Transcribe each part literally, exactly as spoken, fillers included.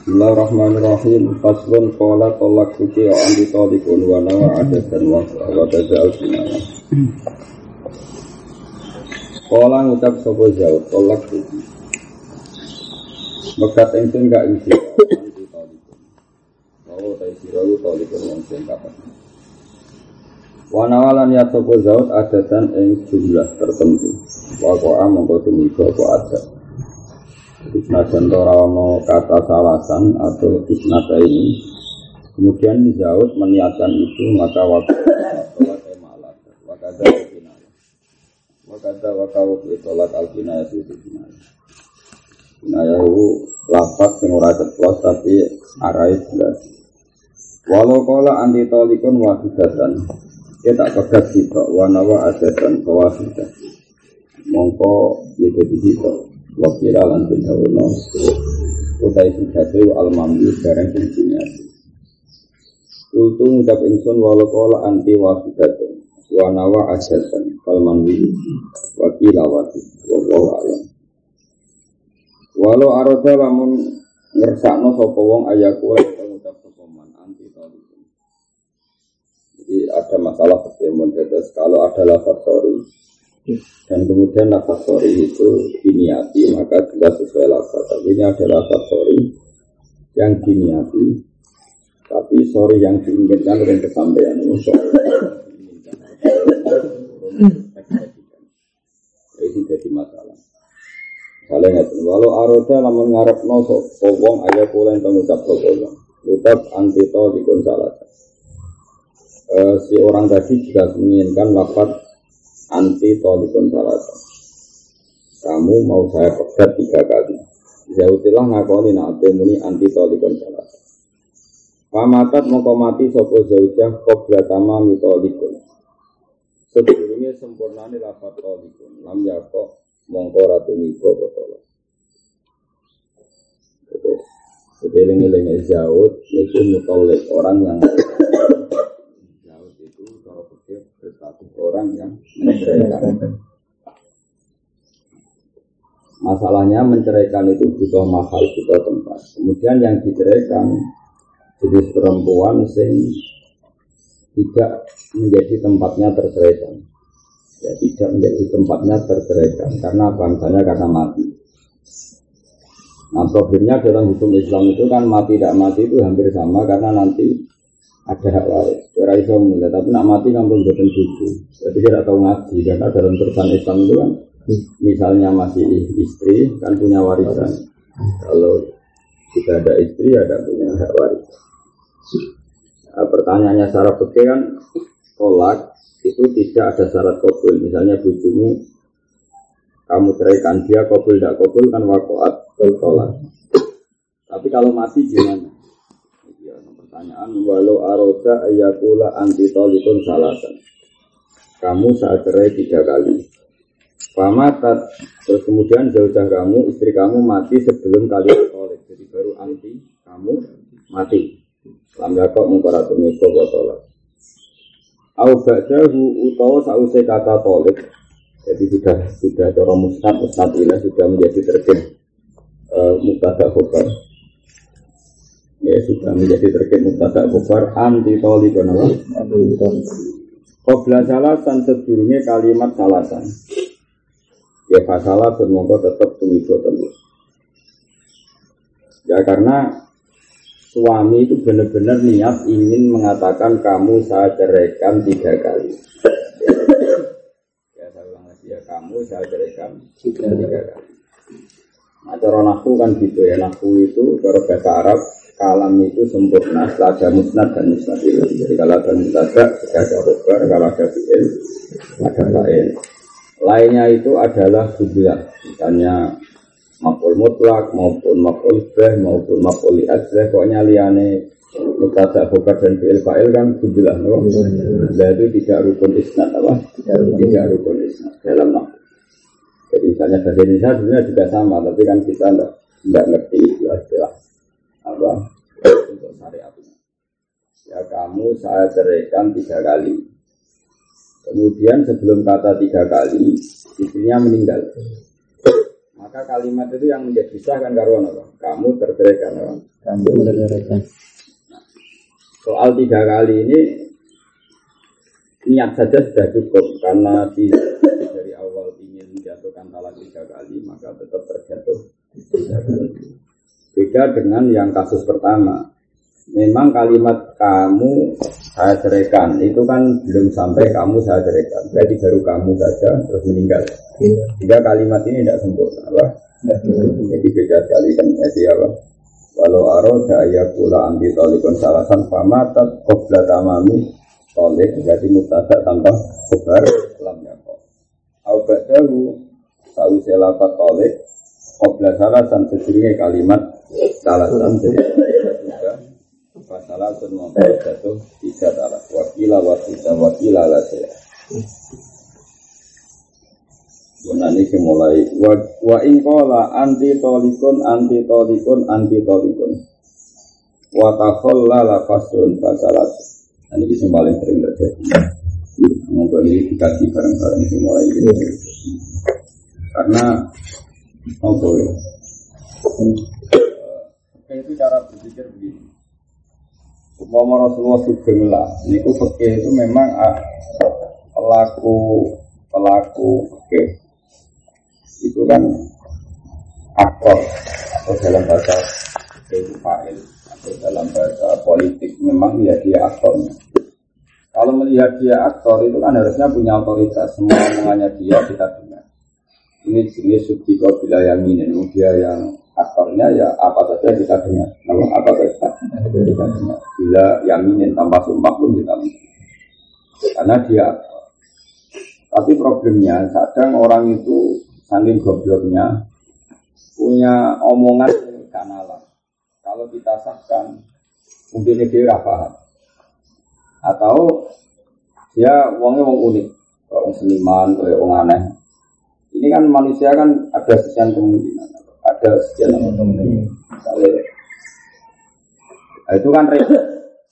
Bismillahirrahmanirrahim. Faslun qala talaq suci wa anti talikun wa nawa adatan wa wa tajal sinana. Qala ngucap sapa jauh talaq suci. Mekat engsun gak isi anti talikun. Wa ta sira talikun wong sing kapan. Wa nawalan ya sapa jauh adatan ing jumlah tertentu. Wa qa'a mongko tumiko apa adat. Isnadan rawono kata salasan atau isnada ini. Kemudian Zaud meniatkan itu maka waktu sholat emalat wakada al-kinaya wakada wakau sholat al-kinaya itu kinaya kinaya itu lafaz yang ora ceplos tapi arai jelas. Walau kala anti talikun wahidatan kita pegat kita wanawa adatan kawahidah mongko jadi kita wakira lan bidawno utai sujatu al-mamdu barang singkiniasi ultu ngucap ingsun walakola anti wakidatun wanawa asyatan kalmanwi wakila wati wawaw alam walau aroda lamun ngersakno sopa wong ayakula kita ngucap sopaman anti talikun. Jadi ada masalah pertemuan tetes kalau ada lafaz sorry dan kemudian lafaz sorry itu diniati maka jelas sesuai lafaz. Tapi ini ada lafaz sorry yang diniati tapi sorry yang diinginkan dengan kesampaian ini ini jadi masalah. Kalau nggak walau aroda lamun ngarep no sopong ayat pula yang mengucap sopong ucap antito di konsalat. E, si orang tadi juga menginginkan lafaz anti tolikun salasa. Kamu mau saya pegat tiga kali. Zautilah ngakoni nak temuni anti tolikun salasa. Pamatat mongko mati sopo zaujah qabla tamami tolikun. Sebelumnya sempurnane lafaz tolikun. Lam yakok mongko ratu miko botol. Terus sedeling-eling zaut itu mutolik orang yang berstatus orang yang menceraikan. Masalahnya menceraikan itu butuh mahal, butuh tempat. Kemudian yang diceraikan jenis perempuan sing tidak menjadi tempatnya terceraikan. Ya, tidak menjadi tempatnya terceraikan karena bangsanya karena mati. Nah, problemnya dalam hukum Islam itu kan mati tidak mati itu hampir sama karena nanti ada hak waris. Ora iso mulih, tapi nak mati kan pun boten bojo. Jadi tidak tahu ngaji karena dalam turusan Islam itu kan misalnya masih istri kan punya warisan. Kalau tidak ada istri ada punya hak waris. Nah, pertanyaannya secara fikih kan tolak itu tidak ada syarat qabul. Misalnya bojomu kamu ceraikan dia qabul tidak qabul kan waqa'at tolak. Tapi kalau mati gimana? Pertanyaan walau aroda ayakula anti tolikun salasan. Kamu saat cerai tiga kali. Pamatat terus kemudian jauh-jauh kamu istri kamu mati sebelum kali tolik. Jadi baru anti kamu mati. Lam yakok mengkoratumi kobotola. Au ba'dahu utawa sause kata tolik. Jadi sudah sudah cara musnad musnad ilah sudah menjadi terkait uh, mubtada khobar. Ya sudah menjadi terkait mubtada khobar anti tolikun apa? Qabla salasan sebelumnya kalimat salasan. Ya fasalah bermongko tetap tumibo terus. Ya karena suami itu benar-benar niat ingin mengatakan kamu saya ceraikan tiga kali. Ya saya ulang lagi ya kamu saya ceraikan tiga, tiga kali. Nah cara nahwu kan gitu ya, nahwu itu cara bahasa Arab kalam itu sempurna setelah ada musnad dan musnad itu. Jadi kalau ada mubtada ada khobar, kalau ada fi'il ada fa'il. Lainnya itu adalah jumlah, misalnya maf'ul mutlak maupun maf'ul bih maupun maf'ul li'ajlah. Pokoknya liane mubtada khobar dan fi'il fa'il kan jumlah, no? Nah itu tidak rukun isnad apa? Tidak rukun isnad dalam nahwu. Jadi misalnya bahasa Indonesia sebenarnya juga sama, tapi kan kita tidak tidak ngerti istilah apa untuk syariatnya. Ya kamu saya ceraikan tiga kali. Kemudian sebelum kata tiga kali istrinya meninggal. Maka kalimat itu yang menjadi sah kan karuan apa? Kamu terceraikan apa? Kamu terceraikan. Soal tiga kali ini niat saja sudah cukup karena di, dari awal ingin menjatuhkan talak tiga kali maka tetap terjatuh tiga kali. Beda dengan yang kasus pertama. Memang kalimat kamu saya ceraikan itu kan belum sampai kamu saya ceraikan. Jadi baru kamu saja terus meninggal. Tiga kalimat ini tidak sempurna, apa? Jadi beda sekali kan. Jadi apa? Walau aroda ayakula anti tolikon salasan famatat qobla tamami tolik jadi mutada tambah kobar lam yakok. Aubadahu sa'usya lapat tolik qobla salasan sejurnya kalimat salasan jadi juga masalah termompol jatuh tiga talak wakila wasita wakila lasya. Guna ini mulai wa, wa inqala anti tolikun anti tolikun anti tolikun wa takholla lafasun fasalat. Ini kisah paling sering terjadi. Mungkin ini dikaji bareng-bareng mulai ini. Karena apa ya? Itu cara berpikir begini. Umpama Rasulullah sugeng lah, niku fikih itu memang ah, pelaku pelaku fikih itu kan aktor atau dalam bahasa itu fa'il atau dalam bahasa politik memang ya dia aktornya. Kalau melihat dia aktor itu kan harusnya punya otoritas, semua omongannya dia kita dengar. Ini jenis subtiko bila yang ini, dia yang aktornya ya apa saja kita dengar, kalau apa saja kita dengar. Bila yang ini tanpa sumpah pun kita dengar, karena dia aktor. Tapi problemnya kadang orang itu saking gobloknya punya omongan kanalan. Kalau kita sahkan mungkin dia paham. Atau dia wongnya wong unik, wong seniman, wong aneh. Ini kan manusia kan ada sekian kemungkinan, ada sekian kemungkinan. Misalnya, itu kan repot.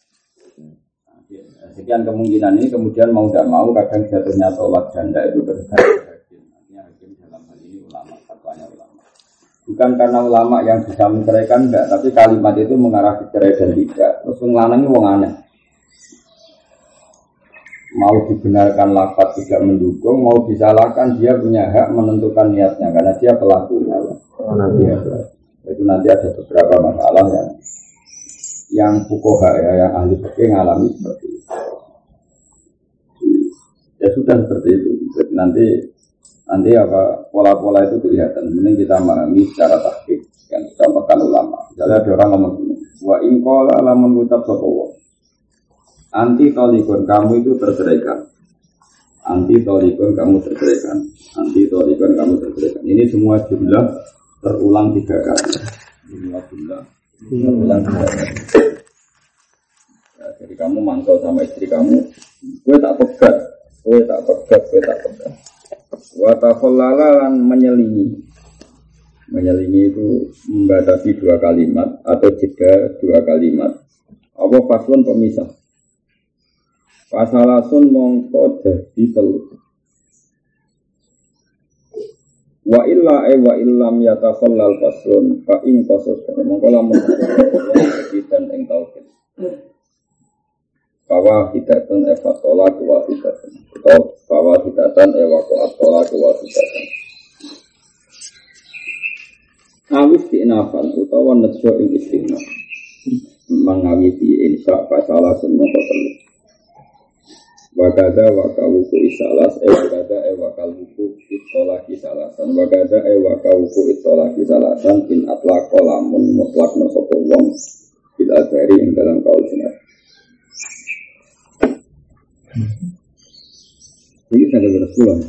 Sekian kemungkinan ini kemudian mau tidak mau kadang jatuhnya tolak janda itu tergantung. Bukan karena ulama yang bisa menceraikan enggak, tapi kalimat itu mengarah ke cerai dan tidak. Terus ngelanangi wong aneh. Mau dibenarkan lafaz tidak mendukung, mau disalahkan dia punya hak menentukan niatnya karena dia pelakunya. Oh, nanti ada. Itu nanti ada beberapa masalah yang yang fuqaha ya, yang ahli fikih ngalami seperti itu. Ya sudah seperti itu. Jadi nanti Nanti apa pola-pola itu kelihatan. Mending kita memahami secara tahqiq yang disampaikan ulama. Misalnya ada orang ngomong begini, wa in qala la mengucap sapa anti tolikon kamu itu terceraikan. Anti tolikon kamu terceraikan. Anti tolikon kamu terceraikan. Ini semua jumlah terulang tiga kali. Semua jumlah terulang tiga kali. Ya, jadi kamu mangkal sama istri kamu, gue tak pegat, gue tak pegat, gue tak pegat. Watakholalan menyelingi. Menyelingi itu membatasi dua kalimat atau jeda dua kalimat. Apa faslun pemisah. Fasalasun mongko dadi telu. Wa illa e wa illam yatakhallal faslun fa in qasas mongko lamun dan ing tauhid. Bahwa hidatun evatola kuwa hidatun atau bahwa hidatan evakuatola kuwa hidatan awis diinafan utawa nejo ing istiqnaf mengawiti insya fasalah semua perlu wakada wakawuku isalas e wakada e wakawuku itolah kisalasan wakada e wakawuku itolah kisalasan bin atlaq lamun mutlak nasabung wong bila dari yang dalam kaul sinar. Ini sangat bersepulang.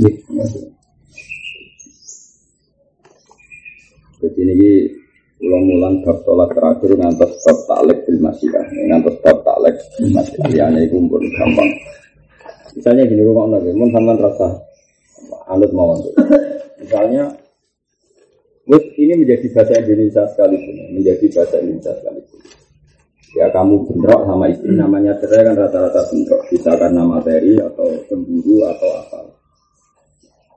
Jadi ini ulang-ulang bab tolak terakhir ngantos bab taklek bil masyiyah. Ngantos bab taklek bil masyiyah. Ini kumpul gampang. Misalnya gini rumah lagi, mun sampean rasa anut mawon. Misalnya, ini menjadi bahasa Indonesia sekalipun, menjadi bahasa Indonesia sekalipun. Ya kamu bentrok sama istri namanya cerai kan rata-rata bentrok bisa karena materi atau cemburu atau apa.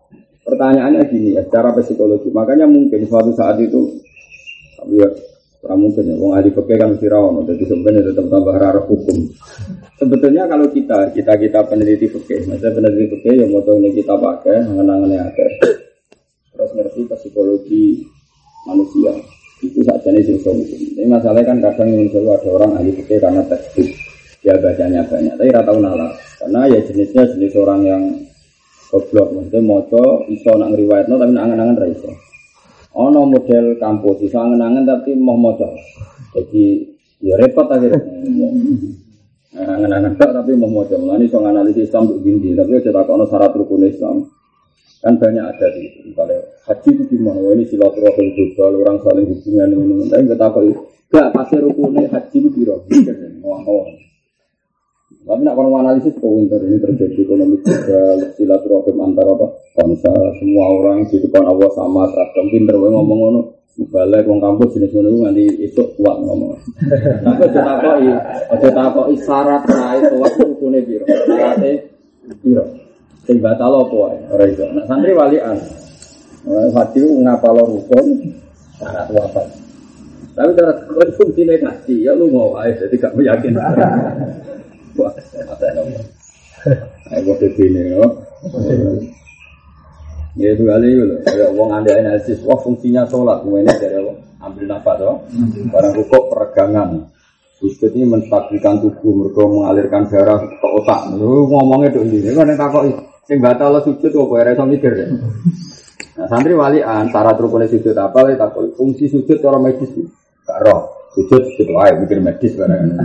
pertanyaannya gini ya, secara psikologi. Makanya mungkin suatu saat itu, ya, mungkin ya, wong ahli fikih kan mesti rawon, jadi sebenarnya tetap tambah rara hukum. Sebetulnya kalau kita, kita kita peneliti fikih, maksudnya peneliti fikih yang mau ini kita pakai, mengenang-mengenang akhir, terus ngerti psikologi manusia, itu saja nih sih hukum. Ini masalahnya kan kadang yang selalu ada orang ahli fikih karena tekstur, dia bacanya banyak, tapi rata tahu nalar, karena ya jenisnya jenis orang yang goblok, maksudnya moco, iso nak ngeriwayatno tapi nak angan-angan ra iso. Ono model kampus iso angan-angan tapi mau moco. Jadi ya repot akhirnya. Angan-angan tak tapi mau moco. Mulane iso analisis Islam untuk dindi, tapi aja takokno syarat rukun Islam. Kan banyak ada di itu. Misalnya haji itu gimana? Wah, ini silaturahim global, orang saling hubungan ini. Tapi enggak takoki. Enggak pasti rukunnya haji itu piro? Ngomong-ngomong. Tapi nak kalau analisis pointer ini terjadi ekonomi juga silaturahim antara apa bangsa semua orang di depan Allah sama seragam pinter wae ngomong ngono balik wong kampus jenis ngono nganti esuk kuat ngomong. Tapi aja takoki, aja takoki syarat rae kuat rukune piro. Syarate piro. Sing batal apa wae ora iso. Nak santri walian. Hati ngapalo rukun syarat apa. Tapi cara fungsinya tadi ya lu mau wae jadi gak meyakinkan. Wah, ada nama. Aku begini, no. Ya itu kali itu loh. Kayak uang anda analisis, wah fungsinya sholat, semuanya dari apa? Ambil nafas, no. Barang rukuk peregangan. Sujud ini menstabilkan tubuh, mereka mengalirkan darah ke otak. Lu ngomongnya tuh ini, kan yang takut. Sing batal sujud, kok kok rasa mikir ya. Nah santri walian, syarat rukunnya sujud apa? Takut fungsi sujud orang medis, gak roh. Sujud sujud, wah mikir medis barang.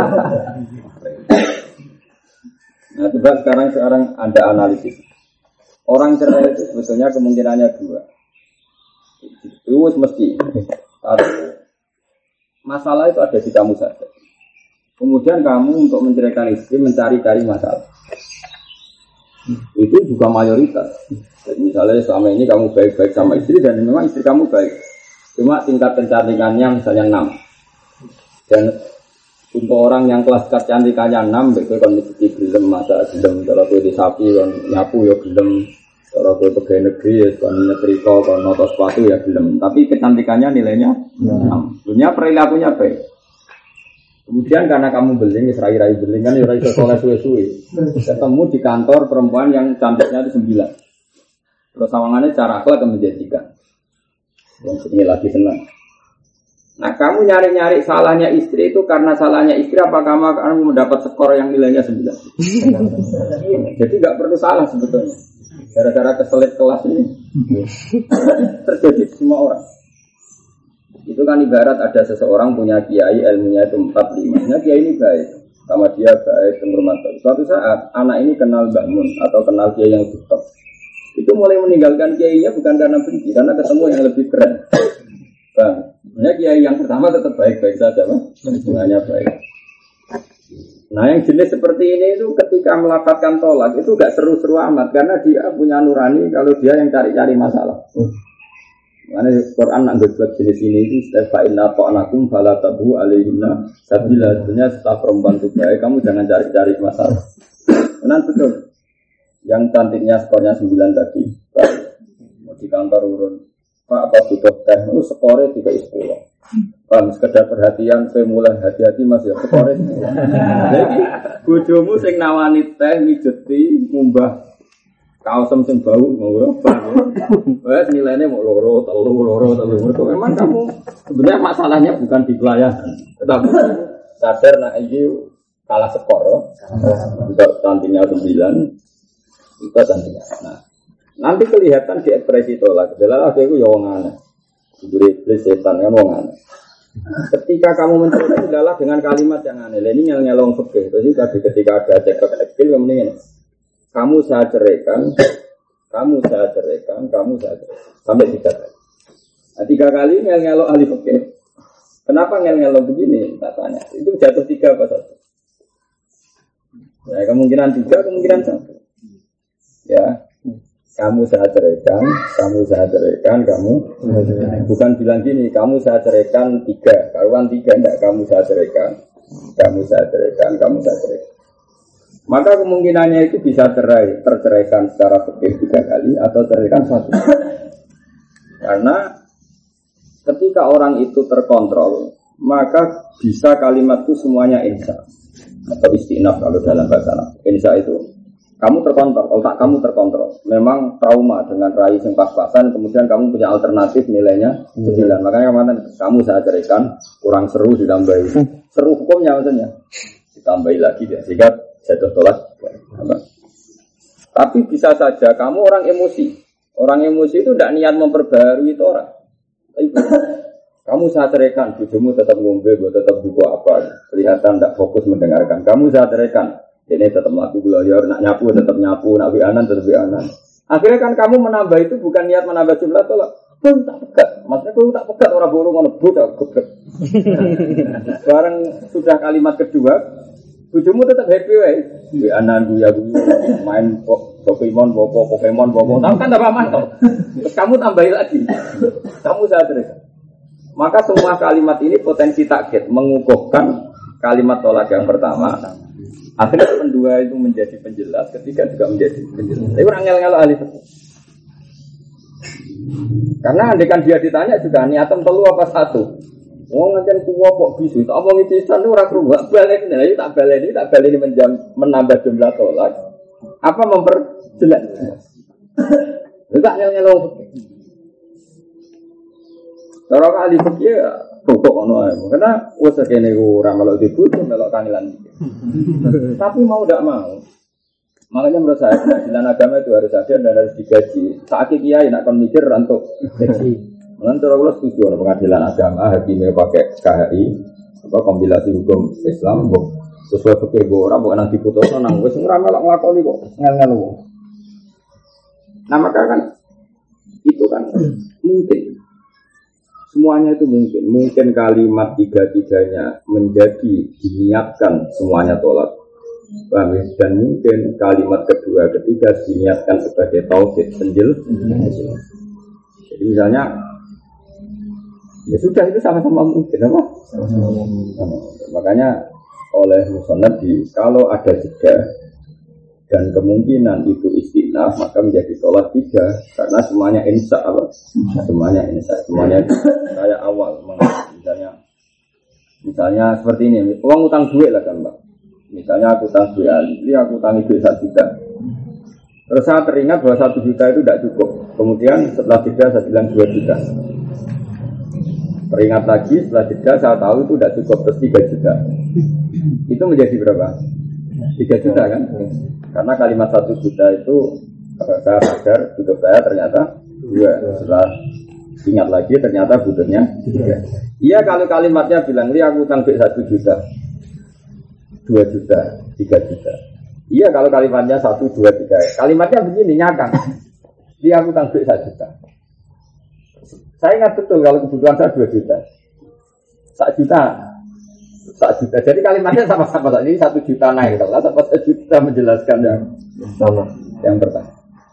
Nah, coba sekarang sekarang Anda analisis. Orang cerai itu sebetulnya kemungkinannya dua. Itu mesti. Satu, masalah itu ada di kamu saja. Kemudian kamu untuk menceraikan istri mencari-cari masalah. Itu juga mayoritas. Jadi misalnya selama ini kamu baik-baik sama istri dan memang istri kamu baik. Cuma tingkat kecantikannya misalnya enam. Dan untuk orang yang kelas kecantikannya enam, begitu kan mesti gelem masa gelem kalau tuh di sapi kan nyapu ya gelem, kalau tuh pegawai negeri ya kan nyetrika kan notos sepatu ya gelem. Tapi kecantikannya nilainya enam. Dunia perilakunya baik. Kemudian karena kamu beling, rai-rai beling kan rai sekolah suwe-suwe. Ketemu di kantor perempuan yang cantiknya itu sembilan. Terus sawangannya cara akhlak menjadikan. Yang ini lagi senang. Nah kamu nyari-nyari salahnya istri itu karena salahnya istri apa kamu kamu mendapat skor yang nilainya sembilan. Jadi nggak perlu salah sebetulnya. Gara-gara keselit kelas ini terjadi semua orang. Itu kan ibarat ada seseorang punya kiai ilmunya itu empat lima. Nah kiai ini baik, sama dia baik penghormatan. Suatu saat anak ini kenal bangun atau kenal kiai yang top. Itu mulai meninggalkan kiainya bukan karena benci, karena ketemu yang lebih keren. Bang, sebenarnya kiai yang pertama tetap baik-baik saja, Bang. Hubungannya baik. Nah, yang jenis seperti ini itu ketika melafatkan tolak itu gak seru-seru amat karena dia punya nurani kalau dia yang cari-cari masalah. Karena Quran nak buat jenis ini itu fa inna ta'anakum fala tabu alaihinna sabila. Sebenarnya setelah perempuan itu baik, kamu jangan cari-cari masalah. Benar betul. Yang cantiknya skornya sembilan tadi, mau di kantor urun. Pak apa butuh teh? Itu skornya tiga sepuluh. Bang sekedar perhatian, saya mulai hati-hati mas ya skornya. Jadi bojomu sing nawani teh mijeti ngumbah kaosem sing bau ngono. Wes nilainya mau loro, telu, loro, telu. Memang kamu sebenarnya masalahnya bukan di pelayanan, tetapi sadar nak iki kalah skor. Untuk cantiknya sembilan, itu cantiknya. Nah. Nanti kelihatan di ekspresi tolak. Adalah aku ya wong aneh. Diberi iblis setan kan wong aneh. Ketika kamu mencoba adalah dengan kalimat yang aneh. Ini nyel-nyelong fikih. Jadi tadi ketika ada cekcok ekil yang mendingan. Kamu saya ceraikan, kamu saya ceraikan, kamu saya ceraikan. Sampai tiga kali. Nah, tiga kali nyel-nyelong ahli fikih. Kenapa nyel-nyelong begini? Tak tanya. Itu jatuh tiga apa satu? Ya kemungkinan tiga, kemungkinan satu. Ya. Kamu saya ceraikan, kamu saya ceraikan, kamu bukan bilang gini, kamu saya ceraikan tiga, karuan tiga enggak, kamu saya ceraikan, kamu saya ceraikan, kamu saya ceraikan. Maka kemungkinannya itu bisa cerai, terceraikan secara fikih tiga kali atau ceraikan satu. Karena ketika orang itu terkontrol, maka bisa kalimat itu semuanya insya atau istinaf kalau dalam bahasa Arab. Insya itu kamu terkontrol, otak kamu terkontrol. Memang trauma dengan rai yang pas-pasan, kemudian kamu punya alternatif nilainya sembilan. Hmm. Makanya kemarin kamu saya ceraikan, kurang seru ditambahi. Seru hukumnya maksudnya ditambahi lagi ya, sehingga jatuh tolak. Tapi bisa saja kamu orang emosi. Orang emosi itu tidak niat memperbarui itu orang. Kamu saya ceraikan, bujumu tetap ngombe, tetap buka apa, kelihatan tidak fokus mendengarkan. Kamu saya ceraikan, ini tetap melaku belajar, nak nyapu tetap nyapu, nak wianan tetap wianan. Akhirnya kan kamu menambah itu bukan niat menambah jumlah tolak. Kau tak pegat, maksudnya kau tak pegat orang burung orang budak geblek. Barang sudah kalimat kedua, bujumu tetap happy way. Wianan guya guya, main Pokemon, bobo Pokemon, bobo. Tahu kan tambah mantap. Terus kamu tambahin lagi, kamu saya ceraikan. Maka semua kalimat ini potensi takkid mengukuhkan kalimat tolak yang pertama. Akhirnya kedua itu menjadi penjelas, ketiga juga menjadi penjelas. Tapi orang ngel-ngel ahli fikih. Karena andekan dia ditanya juga niatem telu apa satu. Wong ngajen kuwo kok bisu, tak omong pisan ora krungu, balen iki tak balen iki tak balen menjam menambah jumlah tolak. Apa memperjelas? Enggak ngel-ngel. Cara kali fikih pokok ono ae. Karena wis kene ora melok dibutuh melok kangelan. Tapi mau ndak mau. Makanya menurut saya pengadilan agama itu harus ada dan harus digaji. Saat kiai nak kon mikir untuk gaji. Menurut cara kula setuju ono pengadilan agama hakimnya pakai K H I apa kompilasi hukum Islam kok sesuai fikih go ora bukan nanti putusno nang wis ora melok nglakoni kok ngel-ngel wong. Nah maka kan itu kan mungkin semuanya itu mungkin, mungkin kalimat tiga-tiganya menjadi diniatkan semuanya tolak. Paham ya? Dan mungkin kalimat kedua, ketiga diniatkan sebagai tauhid penjel. Jadi misalnya, ya sudah itu sama-sama mungkin, apa? Sama-sama mungkin. Makanya oleh musannaf di kalau ada jeda dan kemungkinan itu istinaf maka menjadi tolak tiga karena semuanya insya Allah semuanya insya semuanya kayak awal misalnya misalnya seperti ini uang utang duit lah kan Mbak misalnya aku utang duit Ali aku utang duit satu juta terus saya teringat bahwa satu juta itu tidak cukup kemudian setelah tiga saya bilang dua juta teringat lagi setelah tiga saya tahu itu tidak cukup terus tiga juta itu menjadi berapa? tiga juta kan? Karena kalimat satu juta itu saya sadar butuh saya ternyata dua. Setelah ingat lagi ternyata butuhnya tiga. Iya kalau kalimatnya bilang li aku utang duit satu juta, dua juta, tiga juta. Iya kalau kalimatnya satu, dua, tiga. Kalimatnya begini nyakang. Li aku utang duit satu juta. Saya ingat betul kalau kebutuhan saya dua juta, satu juta. Satu juta. Jadi kalimatnya sama-sama. Ini satu juta naik. Kalau sama satu juta menjelaskan yang sama, yang pertama.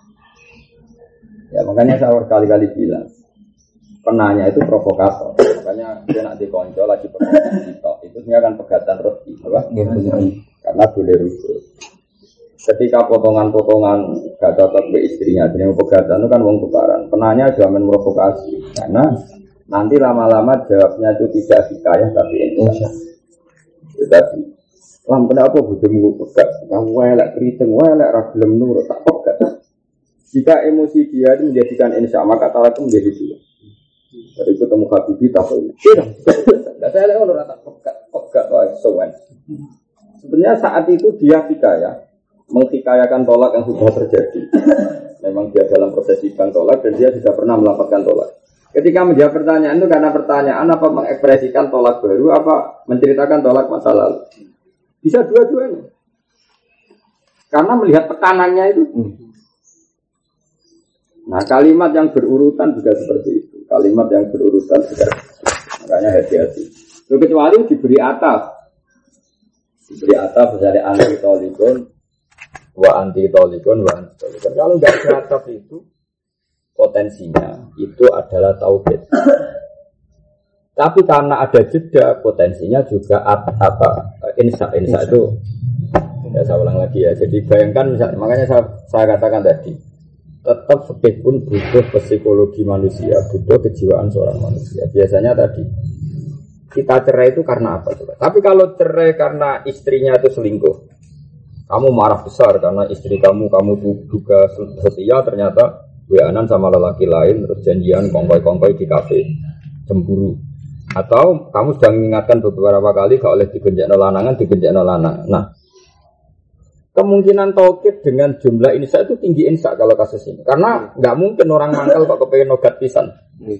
Ya makanya saya berkali-kali bilang, penanya itu provokator. Makanya dia nanti konco lagi pegatan kita. Itu sebenarnya kan pegatan rezeki, apa? Karena boleh rujuk. Ketika potongan-potongan gak cocok ke istrinya, jadi pegatan itu kan uang tukaran. Penanya jangan provokasi, karena nanti lama-lama jawabnya itu tidak hikayah tapi insya. Tetapi, lam kenapa butuhmu pegat? Kamu welek keriting, welek ragilem nurut tak pegat. Jika emosi dia itu menjadikan insya, maka talak itu menjadi dua. Dari ketemu Habibie tak boleh. Tidak, tidak saya lihat orang tak pegat, pegat wah sowan. Sebenarnya saat itu dia hikayah, menghikayakan tolak yang sudah terjadi. Memang dia dalam proses sidang tolak dan dia sudah pernah melaporkan tolak. Ketika menjawab pertanyaan itu karena pertanyaan apa mengekspresikan tolak baru apa menceritakan tolak masa lalu. Bisa dua-duanya. Karena melihat tekanannya itu. Nah kalimat yang berurutan juga seperti itu. Kalimat yang berurutan juga. Makanya hati-hati. So, kecuali diberi ataf. Diberi ataf misalnya anti tolikon. Wa anti tolikon, wa anti tolikon. Kalau nggak ada ataf itu potensinya itu adalah tauhid. Tapi karena ada jeda potensinya juga apa insya insya itu Ya saya ulang lagi ya. Jadi bayangkan misalnya, makanya saya, saya katakan tadi, tetap fikih pun butuh psikologi manusia, butuh kejiwaan seorang manusia. Biasanya tadi kita cerai itu karena apa coba? Tapi kalau cerai karena istrinya itu selingkuh, kamu marah besar karena istri kamu kamu juga setia ternyata weanan sama lelaki lain, terus janjian kongkoi-kongkoi di kafe, cemburu. Atau kamu sudah mengingatkan beberapa kali gak oleh digenjak lanangan, digenjak lanangan. Nah, kemungkinan taukid dengan jumlah insa itu tinggi insa kalau kasus ini. Karena nggak mungkin orang mangkal kok kepengen nogat pisan.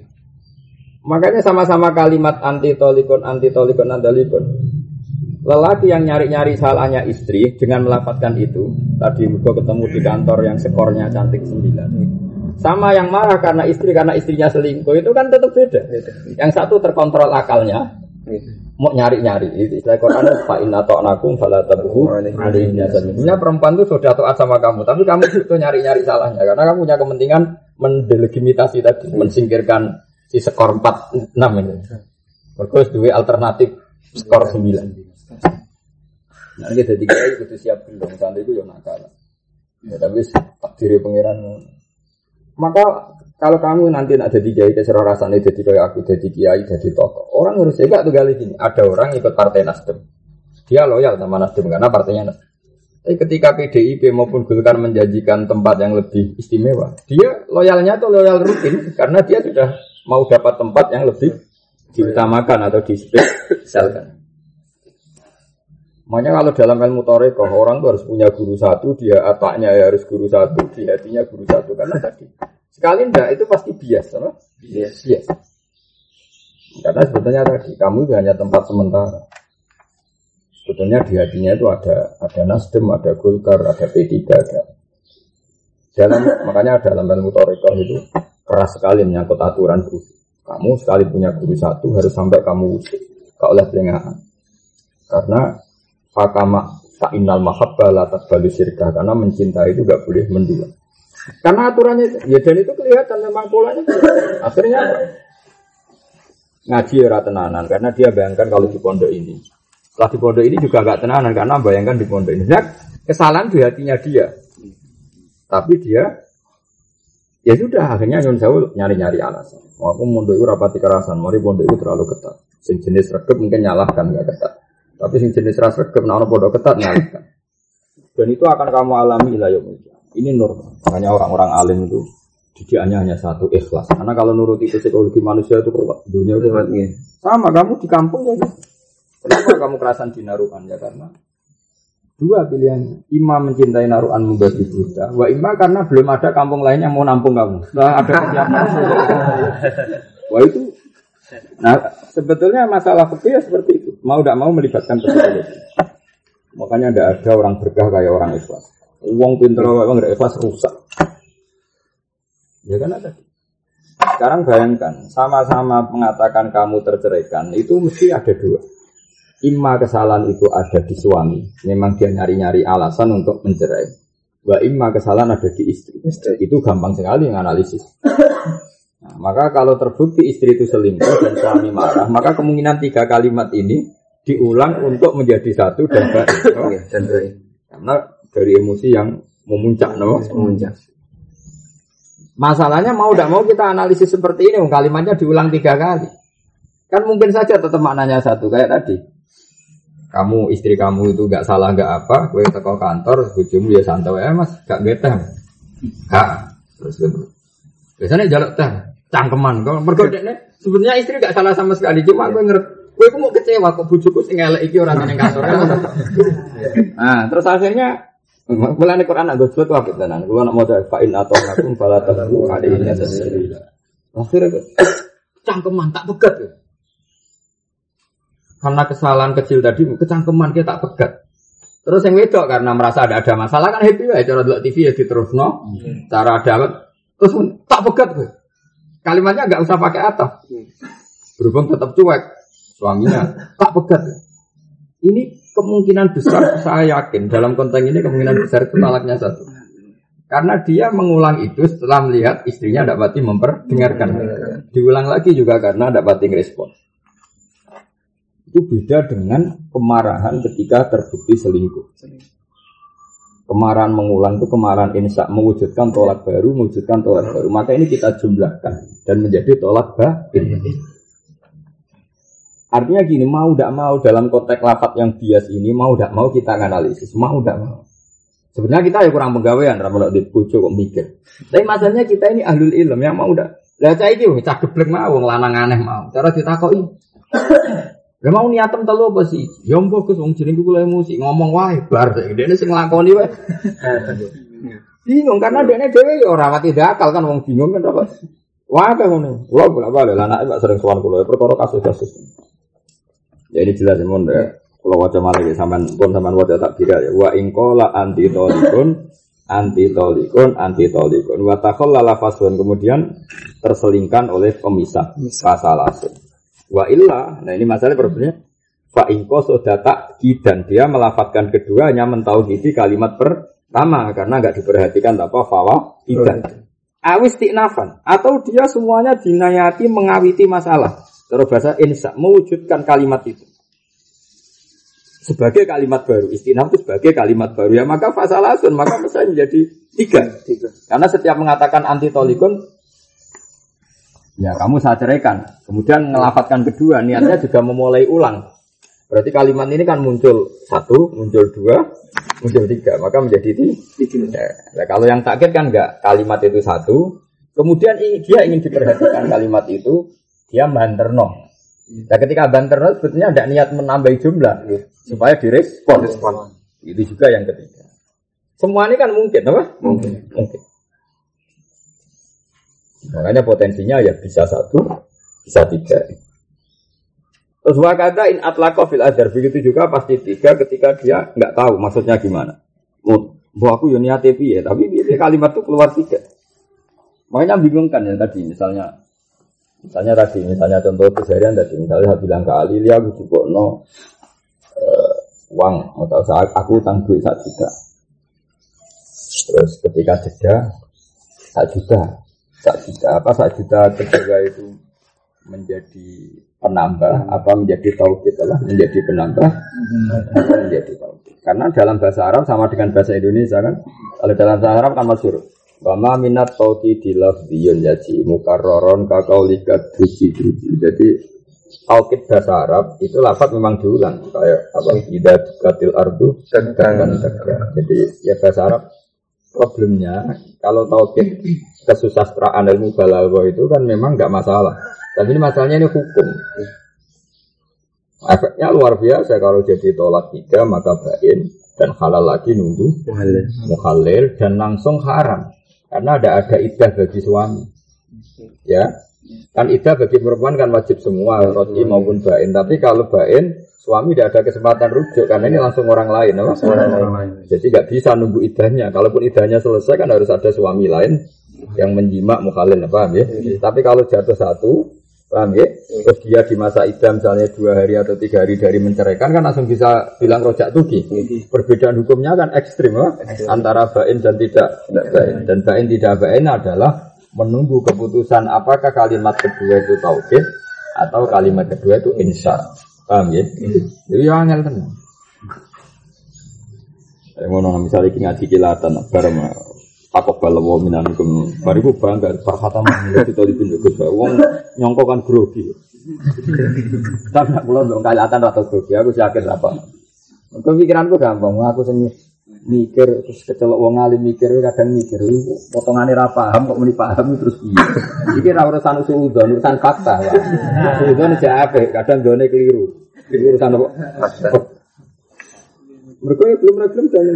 Makanya sama-sama kalimat anti tolikon, anti tolikon, antalikon. Lelaki yang nyari-nyari salahnya istri dengan melafatkan itu, tadi gue ketemu di kantor yang skornya cantik sembilan. Sama yang marah karena istri, karena istrinya selingkuh, itu kan tetap beda. Yang satu terkontrol akalnya, mau nyari-nyari. Itu istilah Quran, fa inna ta'nakum fala tabghu alaihinna sabila. Perempuan itu sudah taat sama kamu, tapi kamu itu nyari-nyari salahnya karena kamu punya kepentingan mendelegitimasi tadi, mensingkirkan si skor empat enam ini. Berkos dua alternatif skor sembilan. Nah, kita tiga itu siap belum sampai itu ya nakal. Ya tapi takdir pangeran. Maka kalau kamu nanti nak jadi kiai terserah rasanya jadi kayak aku jadi kiai jadi tokoh. Orang harus jaga tuh kali gini. Ada orang ikut partai Nasdem. Dia loyal sama Nasdem karena partainya Nasdem. Tapi ketika P D I P maupun Golkar menjanjikan tempat yang lebih istimewa, dia loyalnya tuh loyal rutin karena dia sudah mau dapat tempat yang lebih diutamakan atau dispesialkan. Makanya kalau dalam ilmu thariqah orang tuh harus punya guru satu, dia ataknya ya harus guru satu, di hatinya guru satu karena tadi sekali enggak itu pasti bias, apa? Bias. Bias. Karena sebetulnya tadi kamu itu hanya tempat sementara. Sebetulnya di hatinya itu ada ada Nasdem, ada Golkar, ada P tiga, ada. Dalam makanya dalam ilmu thariqah itu keras sekali menyangkut aturan guru. Kamu sekali punya guru satu harus sampai kamu wujud, gak oleh pelengahan. Karena fakama fa'innal mahabbah la taqbalu syirkah, karena mencintai itu gak boleh mendua. Karena aturannya ya dan itu kelihatan memang polanya. Akhirnya ngaji ora tenanan karena dia bayangkan kalau di pondok ini. Setelah di pondok ini juga gak tenanan karena bayangkan di pondok ini. Nah, kesalahan di hatinya dia. Tapi dia ya sudah akhirnya nyun sewu nyari-nyari alasan. Oh, aku mondok itu rapati kerasan, mari pondok itu terlalu ketat. Sing jenis regep mungkin nyalahkan enggak ketat. Tapi sing jenis ras regep nek ana pondok ketat nyalahkan. Dan itu akan kamu alami ila yaumil qiyamah. Ini normal. Makanya orang-orang alim itu didikannya hanya satu, ikhlas. Karena kalau nuruti psikologi manusia itu kuat. Dunia itu kuatnya. Sama kamu di kampung ya. Kenapa kamu kerasan di naruhan ya karena dua pilihan, ima mencintai naruhan membagi buta, wa ima karena belum ada kampung lain yang mau nampung kamu. Setelah ada kesiapan. Wah itu, nah sebetulnya masalah fikih seperti itu. Mau tidak mau melibatkan psikologi. Makanya tidak ada orang berkah kayak orang ikhlas. Uang pintar orang tidak ikhlas rusak. Ya kan ada. Sekarang bayangkan, sama-sama mengatakan kamu terceraikan itu mesti ada dua. Imma kesalahan itu ada di suami, memang dia nyari-nyari alasan untuk mencerai. Wa imma kesalahan ada di istri. Itu gampang sekali menganalisis. Nah, maka kalau terbukti istri itu selingkuh dan suami marah, maka kemungkinan tiga kalimat ini diulang untuk menjadi satu dan baik. Oh, dan baik. Karena dari emosi yang memuncak, no? Memuncak. Masalahnya mau tidak mau kita analisis seperti ini, kalimatnya diulang tiga kali. Kan mungkin saja tetap maknanya satu kayak tadi. Kamu istri kamu itu gak salah gak apa, gue teko kantor, bojomu ya santai ya mas, gak getah, gak. Terus gitu. Biasanya jaluk teh, cangkeman. Kalau bergodeknya, sebenarnya istri gak salah sama sekali, cuma gue ngerti, gue mau kecewa kok bojoku sing elek iki orang yang kantor. Nah, terus akhirnya mulane Quran agak sulit wae tenan. Kulo nak maca fa in atau nakum fala tabu alaihi tasbih. Akhirnya cangkeman tak pegat. Karena kesalahan kecil tadi, kecangkeman kita tak pegat. Terus yang wedok karena merasa ada ada masalah kan happy ya, cara delok T V ya diterusno, hmm. cara ada terus tak pegat gue. Kalimatnya enggak usah pakai ataf. Berhubung tetap cuek suaminya, tak pegat. Ini kemungkinan besar saya yakin dalam konteks ini kemungkinan besar itu talaknya satu. Karena dia mengulang itu setelah melihat istrinya tidak pati memperdengarkan. Diulang lagi juga karena tidak pati merespon. Itu beda dengan kemarahan ketika terbukti selingkuh. Kemarahan mengulang itu kemarahan insya mewujudkan tolak baru, mewujudkan tolak baru. Maka ini kita jumlahkan dan menjadi tolak batin. Artinya gini, mau tidak mau dalam konteks lafaz yang bias ini, mau tidak mau kita analisis, mau tidak mau. Sebenarnya kita ya kurang penggawean, ramal di bojo kok mikir. Tapi masalahnya kita ini ahlul ilm yang mau udah. Lah cah iki wis cah geblek mau wong lanang aneh mau. Cara ditakoki. Lah mau niatem telu apa sih? Ya mbok Gus wong jenengku kula emosi ngomong wae bar sik dene sing nglakoni wae. Bingung karena dene dhewe ya ora pati dakal kan wong bingung kan apa. Wah kok ngono. Kula bolak-balik lah anake Pak sering sowan kula perkara kasus-kasus. Ya ini jelas mon kula waca malih sampean pun sampean waca tak kira ya wa in qala anti tolikun anti tolikun anti tolikun wa takhallala fasun kemudian terselingkan oleh pemisah pasalasun. Wa illa, nah ini masalah problemnya. Fa ingko sodata dan dia melafatkan keduanya mentauhidi kalimat pertama karena enggak diperhatikan apa fawa tidak. Awis tiknafan atau dia semuanya dinayati mengawiti masalah. Terus bahasa insya mewujudkan kalimat itu sebagai kalimat baru. Istinaf itu sebagai kalimat baru ya maka fasalasun maka bisa menjadi tiga. tiga. Karena setiap mengatakan anti tolikun ya kamu saya ceraikan. Kemudian ngelafatkan kedua, niatnya juga memulai ulang. Berarti kalimat ini kan muncul satu, muncul dua, muncul tiga. Maka menjadi tiga. Nah, kalau yang takkid kan enggak, kalimat itu satu. Kemudian dia ingin diperhatikan kalimat itu, dia banterno. Nah ketika banterno sebetulnya ada niat menambah jumlah. Supaya direspon. Itu juga yang ketiga. Semua ini kan mungkin, apa? Mungkin. Mungkin. Makanya potensinya ya bisa satu, bisa tiga. Terus wakada in atlaqa fil adhar begitu juga pasti tiga ketika dia nggak tahu maksudnya gimana. Oh, aku yo niate piye, tapi piye kalimat itu keluar tiga. Makanya bingungkan ya tadi misalnya, misalnya tadi misalnya contoh keseharian tadi misalnya saya bilang ke Ali, dia aku cukup no uh, uang atau saat aku utang duit satu juta. Terus ketika jeda satu juta. Satu juta apa satu juta kedua itu menjadi penambah apa menjadi tauhid lah menjadi penambah apa menjadi tauhid karena dalam bahasa Arab sama dengan bahasa Indonesia kan kalau dalam bahasa Arab kan masyhur wa minat tauhid lafziyun yaji mukarraron kaqaulika duji-duji jadi tauhid bahasa Arab itu lafaz memang diulang kayak apa idza tukatil ardu dan jadi ya bahasa Arab problemnya kalau tauhid kesusastraan ilmu balaghah itu kan memang enggak masalah. Tapi ini masalahnya ini hukum. Efeknya luar biasa kalau jadi tolak tiga maka bain dan halal lagi nunggu muhalil dan langsung haram karena ada ada iddah bagi suami. Ya. Kan iddah bagi perempuan kan wajib semua roti maupun bain. Tapi kalau bain suami tidak ada kesempatan rujuk karena ini langsung orang lain, apa? Orang lain. Jadi nggak bisa nunggu iddahnya. Kalaupun iddahnya selesai kan harus ada suami lain yang menjimak mukhalil, paham ya? Hmm. Tapi kalau jatuh satu, paham ya? Terus dia di masa iddah misalnya dua hari atau tiga hari dari menceraikan kan langsung bisa bilang rojak tuki. Hmm. Perbedaan hukumnya kan ekstrim, apa? Antara bain dan tidak bain. Dan bain tidak bain adalah menunggu keputusan apakah kalimat kedua itu tauhid atau kalimat kedua itu insya. Paham ya? Jadi yang angel kan. Saya mau nanya misalnya ngaji kilatan bareng takok balawa minanikum bariku bangga perkata menjadi tolipin juga wong nyongko kan grogi. Tapi nak kula ndok kalatan atau grogi aku yakin apa. Kepikiranku gampang, aku sing mikir terus kecelok wong alim mikir kadang mikir potongane ra paham kok muni paham terus piye. Iki ra urusan usul urusan fakta. Usul jape kadang done keliru. Urusan apa? Mereka belum belum jalan.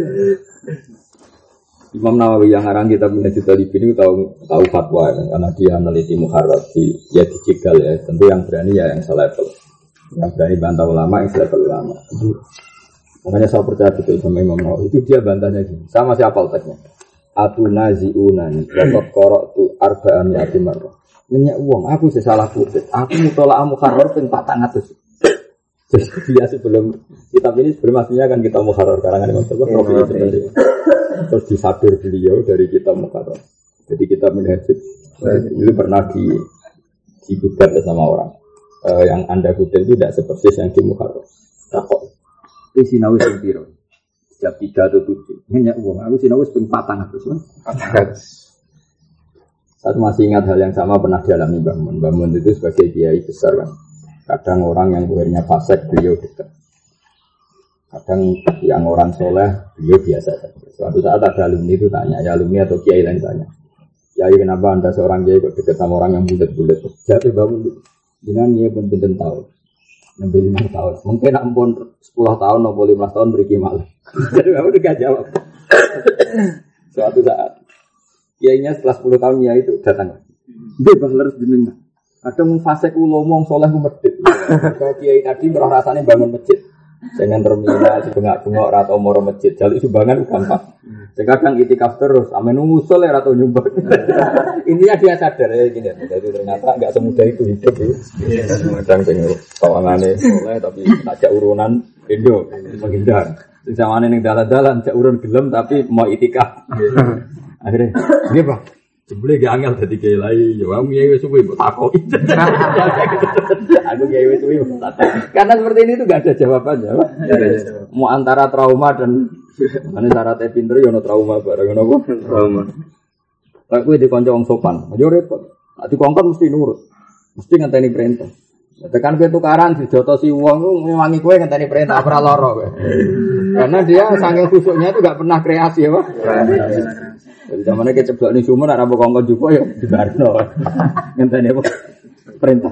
Imam Nawawi yang ngarang kitab Minhajul Talibin itu tahu tahu fatwa ya, karena dia meneliti muharrar di ya dicigal ya. Tentu yang berani ya yang selevel. Yang berani bantah ulama yang selevel ulama. Makanya saya percaya betul sama Imam Nawawi. Itu dia bantahnya gini. Sama siapa alteknya? Atunazi'unani wa qara'tu arba'an ya'ti marrah. Nanya uang, aku sesalah kutip. Aku mutola'ah muharrar ping empat ratus. Jadi dia sebelum kitab ini sebelum aslinya kan kita muharrar karangan Imam Nawawi. Terus disadur beliau dari kitab muharrar. Jadi kitab Minhajul itu pernah di digugat sama orang. Uh, yang Anda kutip itu tidak seperti yang di muharrar. Takut. Ini sinawis yang piro. jam tiga atau tujuh. Hanya uang. Aku sinau wis ping patang atus. Saya masih ingat hal yang sama pernah dialami Mbah Mun. Mbah Mun itu sebagai kiai besar kan. Kadang orang yang akhirnya fasik beliau dekat. Kadang yang orang soleh beliau biasa saja. Suatu saat ada alumni itu tanya, ya alumni atau kiai lain tanya, kiai kenapa anda seorang kiai kok dekat sama orang yang bulat-bulat? Jadi bangun, jangan dia pun tidak tahu. Nabi lima tahun, mungkin ampun sepuluh tahun atau lima belas tahun beri kimal. Jadi kamu juga jawab. Suatu saat, kiainya setelah sepuluh tahun ya itu datang. Dia bahler jenengan. Kadang fasik ulomong soleh medit. Kalau kiai tadi merasa rasanya bangun masjid. Dengan terminal, bengak-bengok, atau moro masjid, jaluk sumbangan gampang. Kadang itikaf terus, amin ngusul ya atau nyumbang. Intinya dia sadar ya gini, jadi ternyata nggak semudah itu hidup ya. Kadang tengok kawangannya soleh tapi tak urunan Indo, menghindar. Sama nih dalan-dalan, jak urun gelem tapi mau itikaf. Akhirnya, ini pak. Jebule gak angel dadi kiai lai, ya wong kiai wis suwe mbok takoki. Aku kiai wis suwe mbok takoki. Karena seperti ini itu enggak ada jawabannya, Pak. Mau antara trauma dan ane syaratnya pinter ya ono trauma bareng ngono apa? Trauma. Lah kuwi dikonco wong sopan, yo repot. Nek dikongkon mesti nurut. Mesti ngenteni perintah. Tekan kowe tukaran dijotosi wong ngewangi kowe ngenteni perintah ora lara kowe. Karena dia saking khusuknya itu enggak pernah kreasi ya, Pak. Jadi zamannya keceblok nih sumur, ada bokongkon juga ya di Barno. Ngenteni apa? Perintah.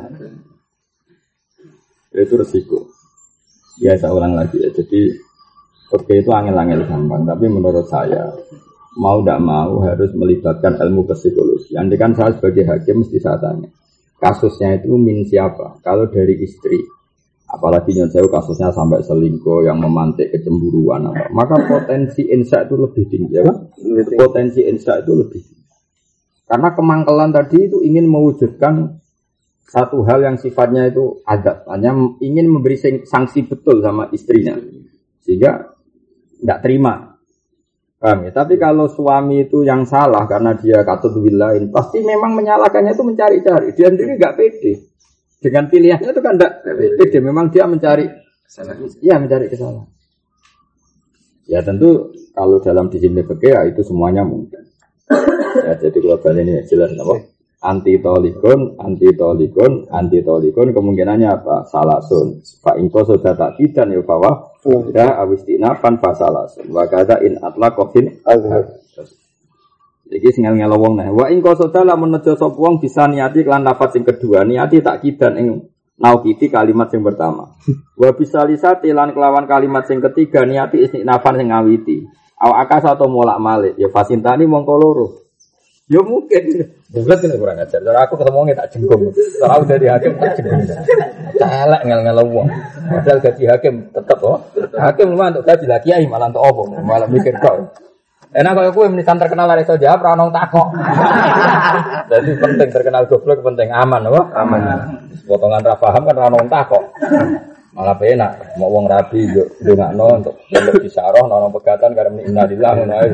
Itu resiko. Ya saya ulang lagi ya. Jadi oke itu angel-angel gampang. Tapi menurut saya mau tidak mau harus melibatkan ilmu psikologi. Andai kan saya sebagai hakim mesti saya tanya. Kasusnya itu min siapa? Kalau dari istri. Apalagi nyonsewu kasusnya sampai selingkuh yang memantik kecemburuan apa. Maka potensi insya itu lebih tinggi ya, potensi insya itu lebih tinggi. Karena kemangkelan tadi itu ingin mewujudkan satu hal yang sifatnya itu adat, hanya ingin memberi sanksi betul sama istrinya sehingga tidak terima. Paham ya? Tapi kalau suami itu yang salah karena dia katut wilain, pasti memang menyalahkannya itu mencari-cari. Dia sendiri nggak pede. Dengan pilihannya itu kan tidak beda, memang dia mencari kesalahan. Ya mencari kesalahan. Ya tentu kalau dalam disiplin fikih ya itu semuanya mungkin. Ya jadi global ini jelas apa? Anti tolikun, anti tolikun, anti tolikun kemungkinannya apa? Salasun. Fa ingko sudah tak kidan ya bahwa udah awistinafan fasalasun. Wa kada in atlaqofin azhar. Iki sing ngel wong nah. Wa ing qasada lamun nejo sapa wong bisa niati lan lafaz sing kedua, niati tak kidan ing naukiti kalimat sing pertama. Wa bisa lisati lan kelawan kalimat sing ketiga niati istinafan sing ngawiti. Aw akas atau molak-malik ya fasintani mongko loro. Ya mungkin. Bulat kene kurang ajar. Cara aku ketemu tak jenggung. Cara aku dari hakim tak jenggung. Celek ngel-ngel wong. Padahal gaji hakim tetep oh. Hakim mah untuk gaji lagi kiai malah untuk opo? Malah mikir kok. Enak kalau aku menisan terkenal dari iso jawab, ranong takok. Jadi penting terkenal goblok penting aman, apa? Aman. Potongan ra paham kan ranong takok. Malah penak, mau wong rabi yo ndongakno untuk untuk disaroh nang pegatan karo innalillah ngono ae.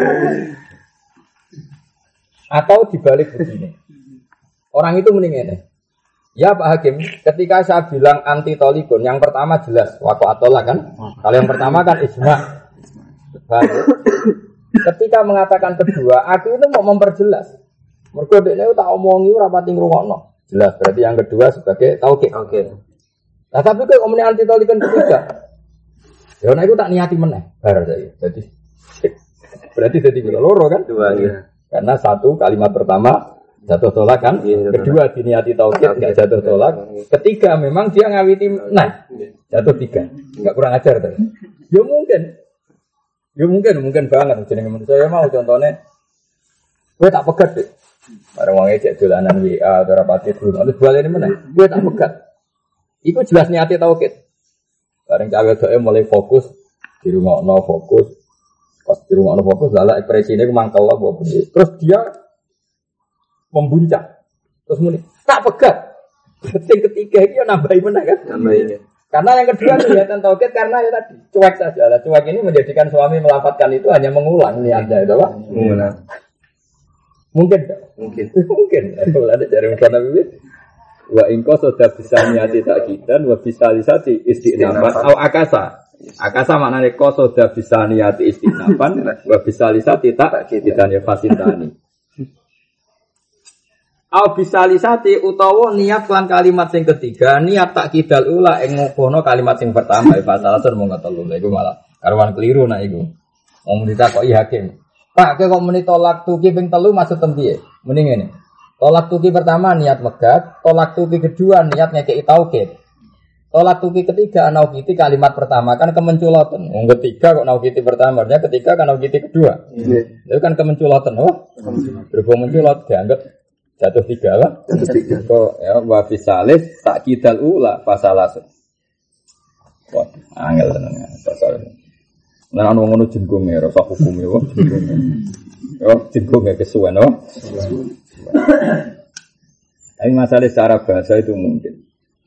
Atau dibalik begini. Orang itu mending ngene. Ya Pak Hakim, ketika saya bilang anti tolikun, yang pertama jelas waku atolah kan. Kalau yang pertama kan ijma. Ketika mengatakan kedua, aku itu mau memperjelas. Mergo dekne tak omongi ora pati ngrungokno. Jelas berarti yang kedua sebagai taukid. Oke. Nah, tapi kok omne anti tolikan ketiga. Ya nek iku tak niati meneh bar saya. Jadi berarti jadi kilo loro kan? Dua ya. Karena satu kalimat pertama jatuh tolak kan? Ya, kedua diniati taukid enggak jatuh tolak. Ketiga memang dia ngawiti nah jatuh tiga. Enggak kurang ajar tuh. Ya mungkin. Ya mungkin, mungkin banget jenenge manusia. Saya mau contohnya gue tak pegat deh. Bareng wong ejek dolanan W A atau rapati dulu. Terus balik ini mana? Gue tak pegat. Iku jelas niate taukid. Bareng cawe doe mulai fokus di rumah no fokus. Pas di rumah no fokus lala ekspresinya ku mangkel lah buat terus dia membuncah. Terus muni tak pegat. Yang ketiga itu nambahin mana kan? Nambahin. Karena yang kedua kelihatan tauhid karena ya tadi cuek saja. Lah cuek ini menjadikan suami melafatkan itu hanya mengulang niatnya itu apa? Mengulang. Mungkin tak? Mungkin. Mungkin. Kalau ada cara misalnya Nabi wa ingko sudah bisa niati takidan wa bisa lisati istinafat au akasa. Akasa maknane qasoda bisa niati istinaban wa bisa lisati tak ditanya fasintani. Au bisa lisati utawa niat lan kalimat sing ketiga niat tak kidal ula ing ngono kalimat sing pertama fasalasun mung telu lha iku malah karuan keliru nak iku. Wong ditakoki hakim. Pak kok muni tolak tuki ping telu maksud tempiye? Muni ngene. Tolak tuki pertama niat megat, tolak tuki kedua niat ngekeki tauhid. Tolak tuki ketiga naukiti kalimat pertama kan kemenculoten. Wong ketiga kok naukiti pertama, artinya ketiga kan naukiti kedua. Iya. Itu kan kemenculoten, oh. Berhubung menculot dianggap jatuh tiga lah. Jatuh tiga. Kok ya wa fisalis tak kidal ula fasalas. Wah, angel tenan pasal. Nah ana ngono jenggonge rasa hukume wae. Yo jenggonge kesuwen oh. Tapi masalah secara bahasa itu mungkin.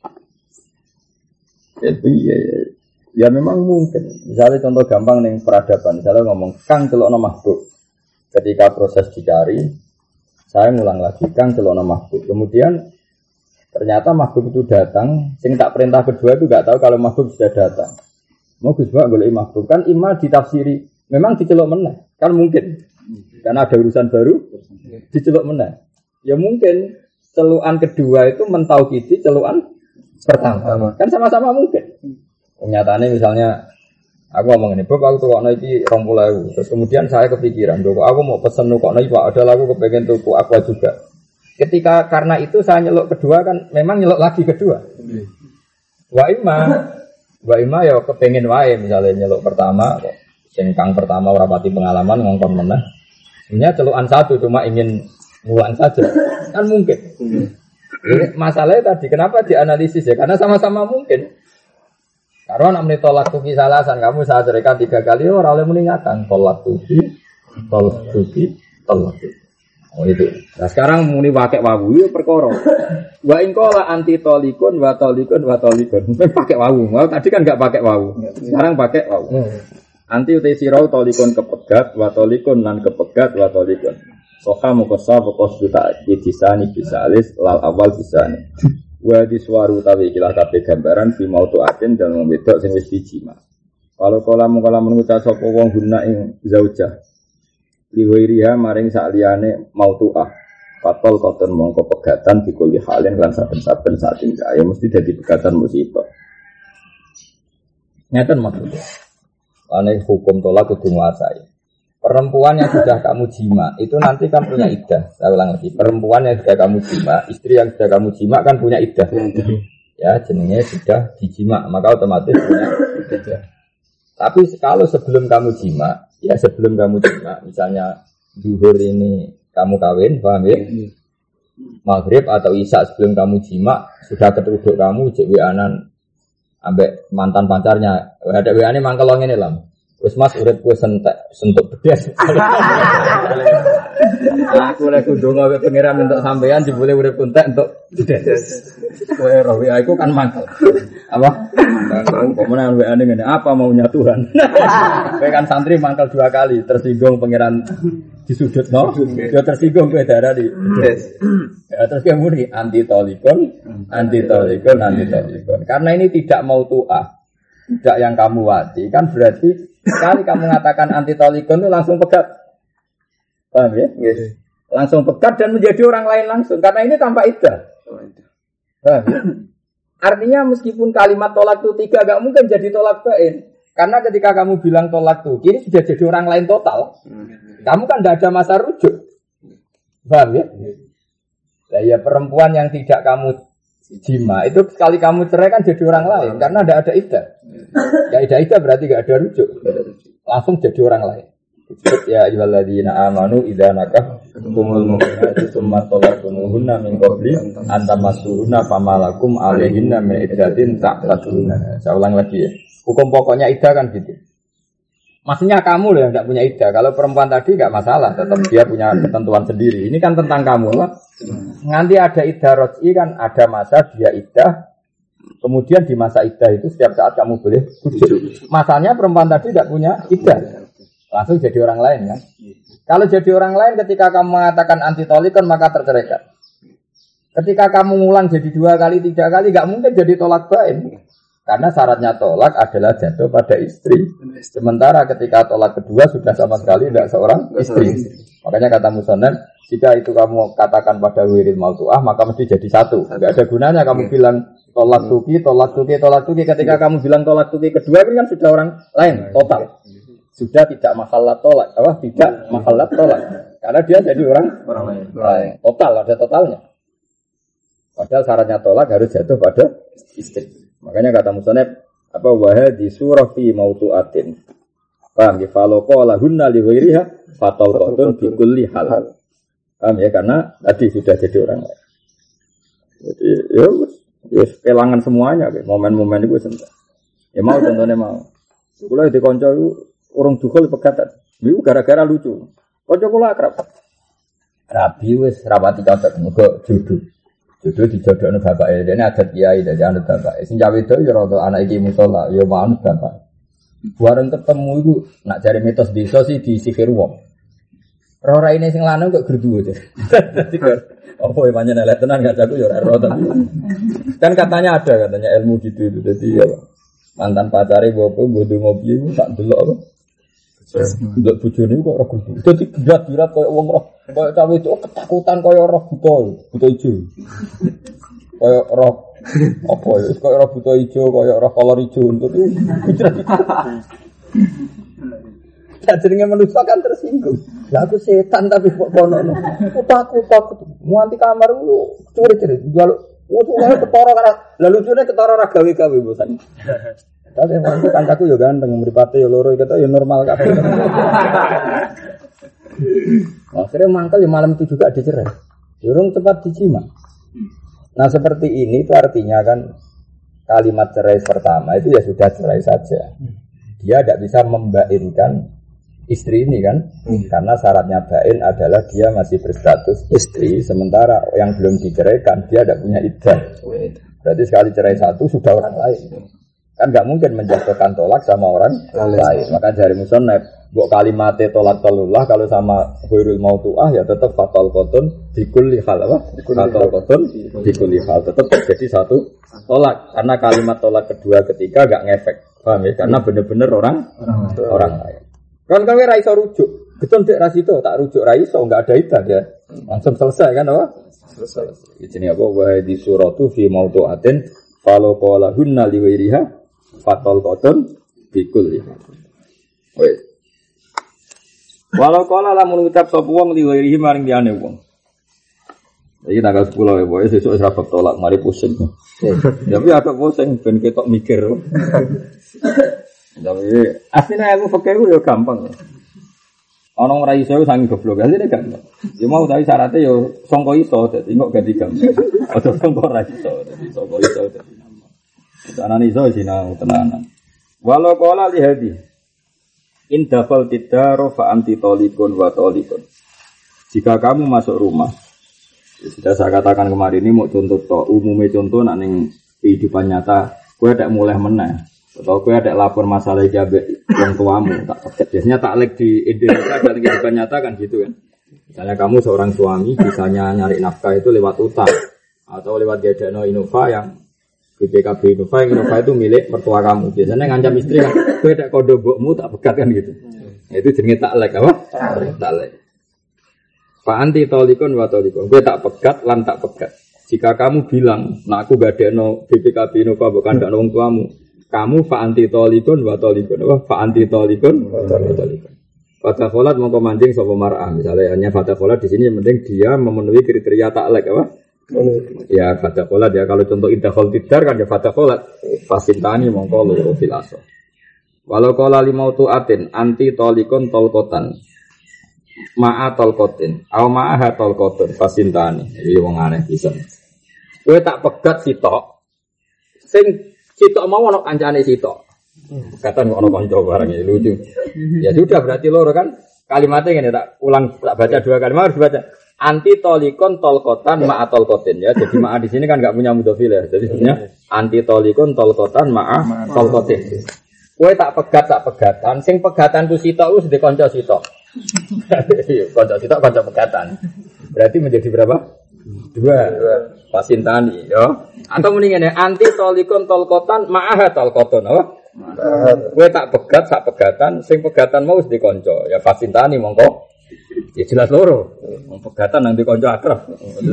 Jadi ya, ya, ya memang mungkin. Misalnya contoh gampang nih peradaban. Misalnya ngomong kang celokno mahbub. Ketika proses dicari, saya ngulang lagi kang celokno mahbub. Kemudian ternyata mahbub itu datang. Sing tak perintah kedua itu nggak tahu kalau mahbub sudah datang. Mau Gus Bak boleh mahbub kan ima ditafsiri. Memang dicelok meneh. Kan mungkin. Karena ada urusan baru dicelok meneh. Ya mungkin celukan kedua itu mentauhidi celukan pertama. Kan sama-sama mungkin. Kenyataannya misalnya aku ngomong ini, Bob aku tukokno iki dua puluh ribu. Terus kemudian saya kepikiran, Dok, aku mau pesen tukokno iki Pak, adalah aku kepengen tuku aqua juga. Ketika karena itu saya nyeluk kedua kan memang nyeluk lagi kedua. Wa imma wa imma ya kepengen wae misalnya nyeluk pertama kok sing kang pertama ora pati pengalaman ngongkon meneh. Sebenarnya celukan satu cuma ingin ngulang saja. Kan mungkin. Jadi masalahnya tadi kenapa dianalisis ya? Karena sama-sama mungkin. Karena nak menitolak tuki salasan kamu saya ceritakan tiga kali orang oleh meninggalkan tolak tuki, tolak tuki, tolak tuki. Oh itu. Nah sekarang muni pakai wawu itu perkara. Wa ingkola anti tolikun, wa tolikun, wa tolikun. Pakai wawu. Mau tadi kan nggak pakai wawu. Sekarang pakai wawu. Anti utai sirau tolikun kepegat, wa tolikun nan kepegat, wa tolikun. Soka mukosa pokos juta disani bisalis lal awal bisani. Wa diswaru tawi ikilah kabeh gambaran fi mautu atin dan membedok sing wis dijima. Kalau kala mung-kala mengucap sapa wong guna ing zaujah. Liwiriha maring sak liyane mautuah. Fatol koton mongko pegatan dikuli halen lan saben-saben saat tinggal. Ya mesti dadi pegatan musibah. Ngeten maksudnya. Ane hukum tolak kudu nguasai. Perempuan yang sudah kamu jima itu nanti kan punya iddah. Saya ulang lagi. Perempuan yang sudah kamu jima, istri yang sudah kamu jima kan punya iddah. Ya, jenenge sudah dijima, maka otomatis punya iddah. Tapi kalau sebelum kamu jima, ya sebelum kamu jima, misalnya zuhur ini kamu kawin, paham ya? Maghrib atau isya sebelum kamu jima, sudah ketuduk kamu jek wianan ambek mantan pacarnya. Ada wiane mangkel wong ngene lho. Wis Mas urip kowe sentek sentuk bedes. Aku lek ndonga karo pangeran entuk sampean jebule urip entek entuk bedes. Kowe roh ya iku kan mangkel. Apa? Kok menawa W A ngene apa maunya Tuhan. Kowe kan santri mangkel dua kali tersinggung pangeran disudutno. Ya tersinggung kowe darah di bedes. Ya terus kemudian anti tolikon, anti tolikon, anti tolikon. Karena ini tidak mau tuah. Tidak yang kamu wati kan berarti sekali kamu mengatakan anti tolikon itu langsung pegat, paham ya? Yes. Langsung pegat dan menjadi orang lain langsung karena ini tanpa iddah. Paham ya? Artinya meskipun kalimat tolak itu tiga gak mungkin jadi tolak bain karena ketika kamu bilang tolak tuh kini sudah jadi orang lain total. Kamu kan tidak ada masa rujuk, paham ya? Nah, ya perempuan yang tidak kamu jima itu sekali kamu cerai kan jadi orang lain karena tidak ada iddah. Ya iddah iddah berarti tidak ada rujuk, langsung jadi orang lain. Ya ayyuhalladzina amanu idza nakahtumul mu'minati tsumma talaqtumuhunna min qabli an tamassuhunna famalakum alaihinna min iddatin ta'tadduna. Saya ulang lagi ya. Hukum pokoknya iddah kan gitu. Maksudnya kamu loh yang tidak punya iddah. Kalau perempuan tadi enggak masalah, tetap dia punya ketentuan sendiri. Ini kan tentang kamu lah. Nanti ada iddah roj'i kan ada masa dia iddah. Kemudian di masa iddah itu setiap saat kamu boleh rujuk. Masanya perempuan tadi tidak punya iddah. Langsung jadi orang lain kan. Kalau jadi orang lain ketika kamu mengatakan anti tolikon maka terceraikan. Ketika kamu ngulang jadi dua kali, tiga kali enggak mungkin jadi tolak bain. Karena syaratnya tolak adalah jatuh pada istri. Sementara ketika tolak kedua sudah sama sekali tidak seorang istri. Makanya kata musannaf, jika itu kamu katakan pada wiril mautuah maka mesti jadi satu. Enggak ada gunanya kamu bilang tolak tuki, tolak tuki, tolak tuki. Ketika kamu bilang tolak tuki kedua ini kan sudah orang lain total. Sudah tidak mahallat tolak, apa tidak mahallat tolak. Karena dia jadi orang orang lain. lain. Total ada totalnya. Padahal syaratnya tolak harus jatuh pada istri. Makanya kata musannaf apa wahadi surah fi mautuatin. Paham ya? Falo qala hunna li ghairiha fatalqatun bi kulli hal. Paham ya? Karena tadi sudah jadi orang lain. Jadi ya wis kelangan semuanya momen-momen itu seneng. Ya mau contohnya mau. Kula di kanca iku urung dukul pegatan. Iku gara-gara lucu. Kanca kula akrab. Rabi wis rapati cocok muga jodoh. Jodoh dijodohno bapake. Dene adat kiai dadi anut bapake. Sing cawe itu ya rada anak iki musala ya manut bapak. Bareng ketemu iku nak jare mitos desa sih disihir wong. Ora raine sing lanang kok gerdu aja. Dadi apa ya pancen elek tenan gak jago ya ora ora. Kan katanya ada katanya ilmu gitu itu. Dadi ya mantan pacare bopo bodo ngopi iku tak delok apa. Ndak bojone kok ora gerdu. Dadi berat-berat koyo wong roh. Koyo cawe itu ketakutan koyo roh buta, buta ijo. Koyo roh apa ya? Koyo roh buta ijo, koyo roh kolor ijo untuk itu. Ya jenenge manusia kan tersinggung. Lah aku setan tapi kok kono. Takut takut. Muanti kamar lu curi-curi. Jaluk utuhe ketara kan. Lah lucune ketara ra gawe-gawe bosan. Tapi mantu kancaku yo ganteng, mripate yo loro iki ya normal kabeh. Akhirnya mangkel ya malam itu juga dicerai. Durung cepat dicima. Nah seperti ini itu artinya kan kalimat cerai pertama itu ya sudah cerai saja. Dia tidak bisa membainkan istri ini kan, hmm. karena syaratnya bain adalah dia masih berstatus istri, sementara yang belum diceraikan dia tidak punya iddah. Berarti sekali cerai satu sudah orang lain. Kan nggak mungkin menjatuhkan tolak sama orang lain. lain. Maka dari musannaf, buat kalimat tolak tolullah kalau sama huirul mautuah ya tetap fatal koton dikulli hal apa? Fatal koton dikulli hal tetap terjadi satu tolak karena kalimat tolak kedua ketiga nggak ngefek, paham ya? Karena benar-benar orang orang, orang lain. Kan kawe ra iso rujuk, betul dek rasito tak rujuk ra iso enggak ada iddah dia. Langsung selesai kan apa? Selesai. Ini apa wa di suratu fi mautuatin falo qala hunna li ghairiha fatal qatun bikul. Wes. Walau qala lamun ngucap sapa wong li ghairihi maring liyane wong. Iki tanggal sepuluh ya, boy sesuk wis ra tolak mari pusing. Tapi agak pusing ben ketok mikir. Tapi aslinya ilmu fikih itu ya gampang. Ana ora iso saking goblok, asline gampang. Ya mau tapi syaratnya ya sangka iso dadi kok ganti gampang. Aja sangka ora iso dadi sangka iso dadi gampang. Sanane iso sinau tenanan. Walau qala li hadi in dafal tidaru fa anti talikun wa talikun. Jika kamu masuk rumah, ya sudah saya katakan kemarin ini mau contoh to, umumnya contoh nak ning kehidupan nyata, kowe tak mulai meneh. Atau kowe ada lapor masalah jabe yang tuamu tak paket. Biasanya taklek di Indonesia dalam kehidupan nyata kan gitu kan. Misalnya kamu seorang suami bisanya nyari nafkah itu lewat utang atau lewat Gadano Innova yang B P K B Innova yang Innova itu milik mertua kamu. Biasanya ngancam istri kan, kowe ada kode mbokmu tak pegat kan gitu. Nah, itu jenenge taklek apa? Taklek. Fa anti talikun wa talikun. Kowe tak pegat lan tak pegat. Jika kamu bilang, "Nah aku gadekno B P K B Innova bukan ndak wong tuamu." Kamu fa anti tolikun wa tolikun apa fa anti tolikun wa tolikun. Fata kholat mongko mancing sapa mar'ah. Misalnya hanya fata kholat di sini yang penting dia memenuhi kriteria taklek apa? Ya fata kholat ya kalau contoh idkhal tidar kan ya fata kholat. Fasintani mongko loro filaso. Walau qala limautu atin anti tolikun tolkotan. Ma'a tolkotin aw ma'aha tolkotun fasintani. Iki wong aneh pisan. Kowe tak pegat sitok sing sitok mau ono kancane sitok. Kata ono kanca barang iki lucu. Ya sudah berarti loro kan kalimatnya ngene tak ulang tak baca dua kalimat harus baca anti tolikon tolkotan ma'a tolkotin ya. Jadi ma'a di sini kan enggak punya mudhofil ya. Jadi sebenarnya anti tolikon tolkotan ma'a tolkotin. Kowe tak pegat tak pegatan sing pegatan ku sitok wis di kanca sitok. Kanca sitok kanca pegatan. Berarti menjadi berapa? Dua, dua. Pasintani, yo. Atau mendingan anti tolikon tolkotan ma'ah tolkoton, apa? Gue tak pegat, tak pegatan, sing pegatan mau di konco, ya pasintani mongko. Ya jelas loro, pegatan nanti konco akrab.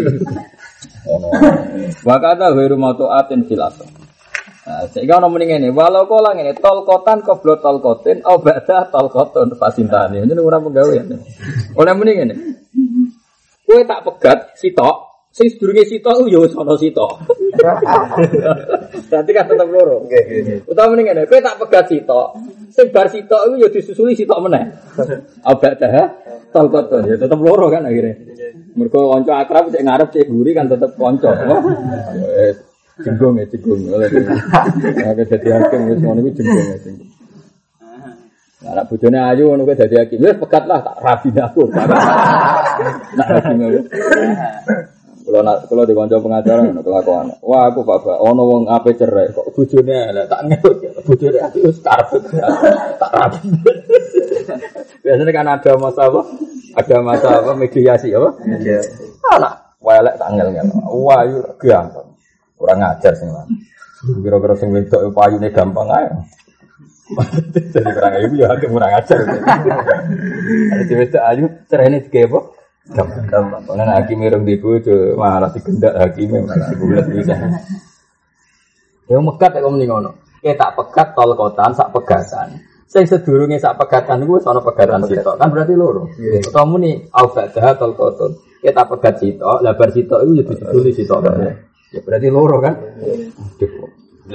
Ono. Wakata gue rumah tu atin filaso. Nah, sehingga orang mendingan ini, walau kau lang ini tolkotan koblo tolkotin, oh beda tolkoton pasintani. Ini orang pegawai. Oleh mendingan ini. Kowe tak pegat sitok, sing sedurunge sitok yo sono sitok. Berarti kan tetep loro. Nggih, nggih. Utawa mending ngene, kowe tak pegat sitok, sing bar sitok iku yo disusuli sitok meneh. Abak dah tolkoton ya tetep loro kan akhirnya. Mergo kanca akrab cek ngarep cek guri kan tetep kanca. Eh jenggong ya jenggong. Nek dadi hakim wis ngono iku jenggong ya jenggong. Nah, bojone ayu ngono kuwi dadi hakim. Wis pegatlah tak rabi aku. Nah, ngono. Kalau nak kalau di kanca pengacara ngono kelakuan. Wah, aku Pak, ono wong ape cerai kok bojone elek tak ngebut. Bojone aku wis karep tak rabi. Biasanya kan ada masa apa? Ada masa apa mediasi apa? Mediasi. Anak welek tak ngel-ngel. Wah, yo gampang. Kurang ajar sing lan. Kira-kira sing wedok payune gampang ae. Jadi kurang ayu ya hakim kurang ajar. Ada cewek ayu cerene dike apa? Gampang. Karena hakim ireng di bojo malah digendak hakime malah dibulet bisa. Ya megat kok muni ngono. Ki tak pegat tol kotan sak pegatan. Sing sedurunge sak pegatan iku wis ana pegatan sitok. Kan berarti loro. Utawa muni au ba'da tol koton. Ki tak pegat sitok, lah bar sitok iku ya diduli sitok. Ya berarti loro kan? Aduh.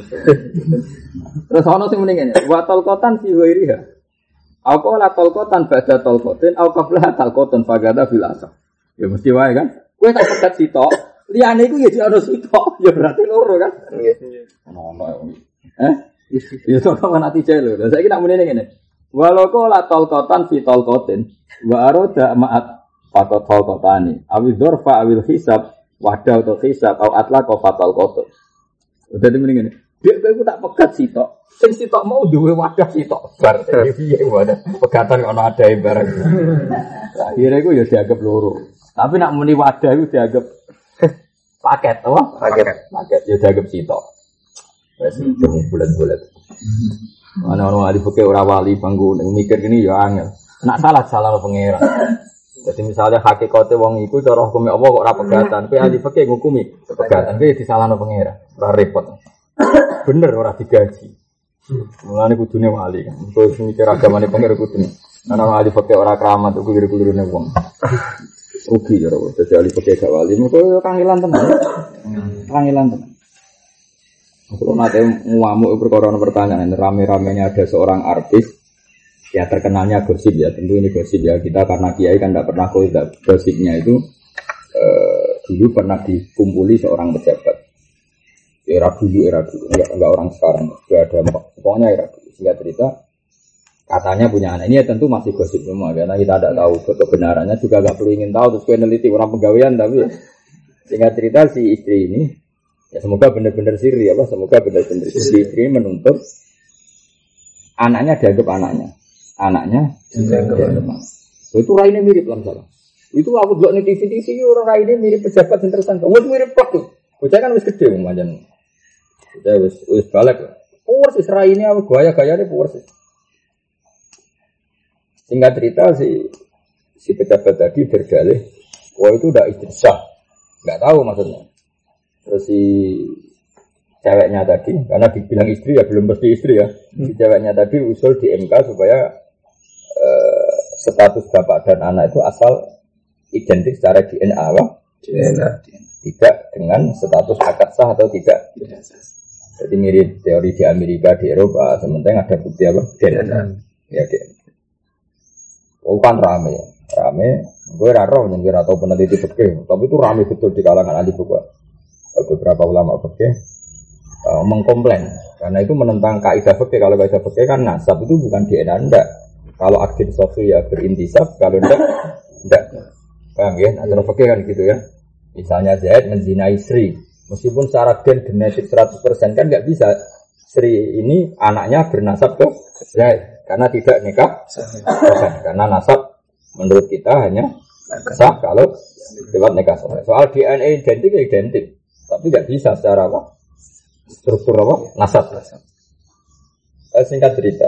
Terus ana sing muni ngene, wa talqatan fi ghairiha. Apa la talqatan ba'da talqatin au qabla talqatin fagada fil asah. Ya mesti wae kan. Kowe tak pegat sitok, liyane iku ya ana sitok, ya berarti loro kan? Nggih. Ono. Eh? Ya sono nanti jae lho. Lah saiki nak muni ngene. Walau ko la talqatan fi talqatin wa arada ma'at faqat talqatani. Awi dzarfa awil hisab wahda atau hisab au atlaqa fatal qatun. Udah mending ngene. Dia kowe tak pegat sitok. Sing sitok mau duwe wadah sitok. Bar piye wadah. Pegatan kok ana adae barang. Akhire iku ya dianggap loro. Tapi nak muni wadah iku dianggap paket apa? Paket. Paket ya dianggap sitok. Wes jeng bulat-bulat. Ana orang ahli fikih ora wali bangku mikir gini ya angel. Nak salah salah pangeran. Jadi misalnya hakikate wong iku cara hukum Allah kok ora pegatan, kowe ahli fikih ngukumi pegatan kowe disalahno pangeran. Ora repot. Bener ora digaji. Mulane kudune wali kan. Terus mikir agamane pangeran kudune. Ana ahli fikih ora keramat iku kira-kirane wong. Rugi ya ora. Dadi ahli fikih gak wali, mengko kangelan tenan. Kangelan tenan. Kalau nanti ngamuk perkara pertanyaan, rame-ramenya ada seorang artis, ya terkenalnya gosip ya, tentu ini gosip ya kita karena kiai kan tidak pernah gosipnya itu eh, dulu pernah dikumpuli seorang pejabat, era dulu era dulu, enggak, enggak orang sekarang, sudah ada pokoknya era dulu, sehingga cerita katanya punya anak ini ya tentu masih gosip semua karena kita tidak tahu kebenarannya juga nggak perlu ingin tahu terus peneliti orang pegawaian tapi sehingga cerita si istri ini. Ya semoga benar-benar siri apa semoga benar-benar siri istri menuntut anaknya dianggap anaknya anaknya dianggap anaknya itu raine mirip lah salah itu aku delok ning T V T V orang raine mirip pejabat yang tersangka wis mirip plek tuh bocah kan wis gede pancen bocah wis wis balik persis raine apa gaya-gayane persis singkat cerita si si pejabat tadi berdalih wah itu udah istri sah enggak tahu maksudnya. Terus si ceweknya tadi, karena dibilang istri ya belum pasti istri ya. Si ceweknya tadi usul di M K supaya uh, status bapak dan anak itu asal identik secara D N A, apa? D N A. Tidak dengan status akad sah atau tidak. Jadi mirip teori di Amerika, di Eropa, sementara ada bukti apa? D N A. Ya D N A. Oh kan rame, rame. Gue raro nyengir atau peneliti fikih, tapi itu rame betul di kalangan ahli fikih. Beberapa ulama fikih uh, mengkomplain karena itu menentang kaidah fikih. Kalau kaidah fikih kan nasab itu bukan D N A enggak. Kalau aktif sofi ya berintisab, kalau enggak enggak. Paham ya? Nah, fikih kan gitu ya. Misalnya Zaid menzinai Sri, meskipun secara gen genetik seratus persen kan enggak bisa Sri ini anaknya bernasab ke Zaid karena tidak nikah. Karena nasab menurut kita hanya sah kalau lewat nikah sahih. Soal D N A identik ya identik, tapi nggak bisa secara apa? Struktur apa? Nasab. Eh, singkat cerita,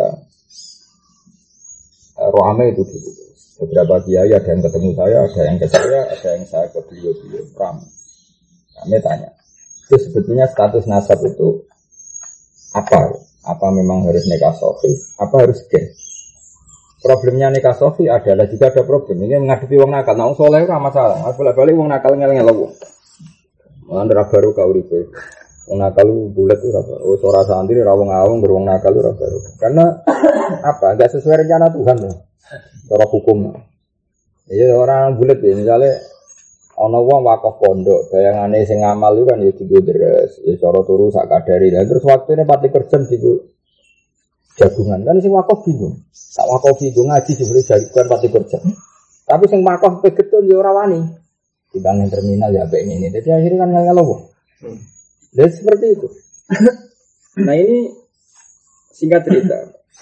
eh, Roame itu dulu. Beberapa kiai ada yang ketemu saya, ada yang ke saya, ada yang saya ke beliau-beliau. Ram. Kami tanya, itu sebetulnya status nasab itu apa? Apa memang harus nikah sahih? Apa harus gen? Problemnya nikah sahih adalah juga ada problem. Ini menghadapi wong nakal. Nah, wong soleh ora masalah. Balik-balik wong nakal ngel-ngel. Ora baru ka uripe. Wong nakal bulet ora. Wis ora santri ora wong awung wong nakal ora baru. Karena apa? Enggak sesuai rencana Tuhan loh. Cara hukum. Iya orang bulet ya misalnya ana wong wakaf pondok, bayangane sing ngamal itu kan ya digo deres, ya cara turu sak kadari. Lah terus waktune pati kerja digo jagungan kan sing wakaf bingung. Sak wakaf bingung ngaji jebule jagungan pati kerja. Tapi sing wakaf pegetun ya ora wani. Dibang ning terminal ya apik ini. Jadi akhirnya kan ngel-ngel wong. Dan seperti itu. Nah ini singkat cerita.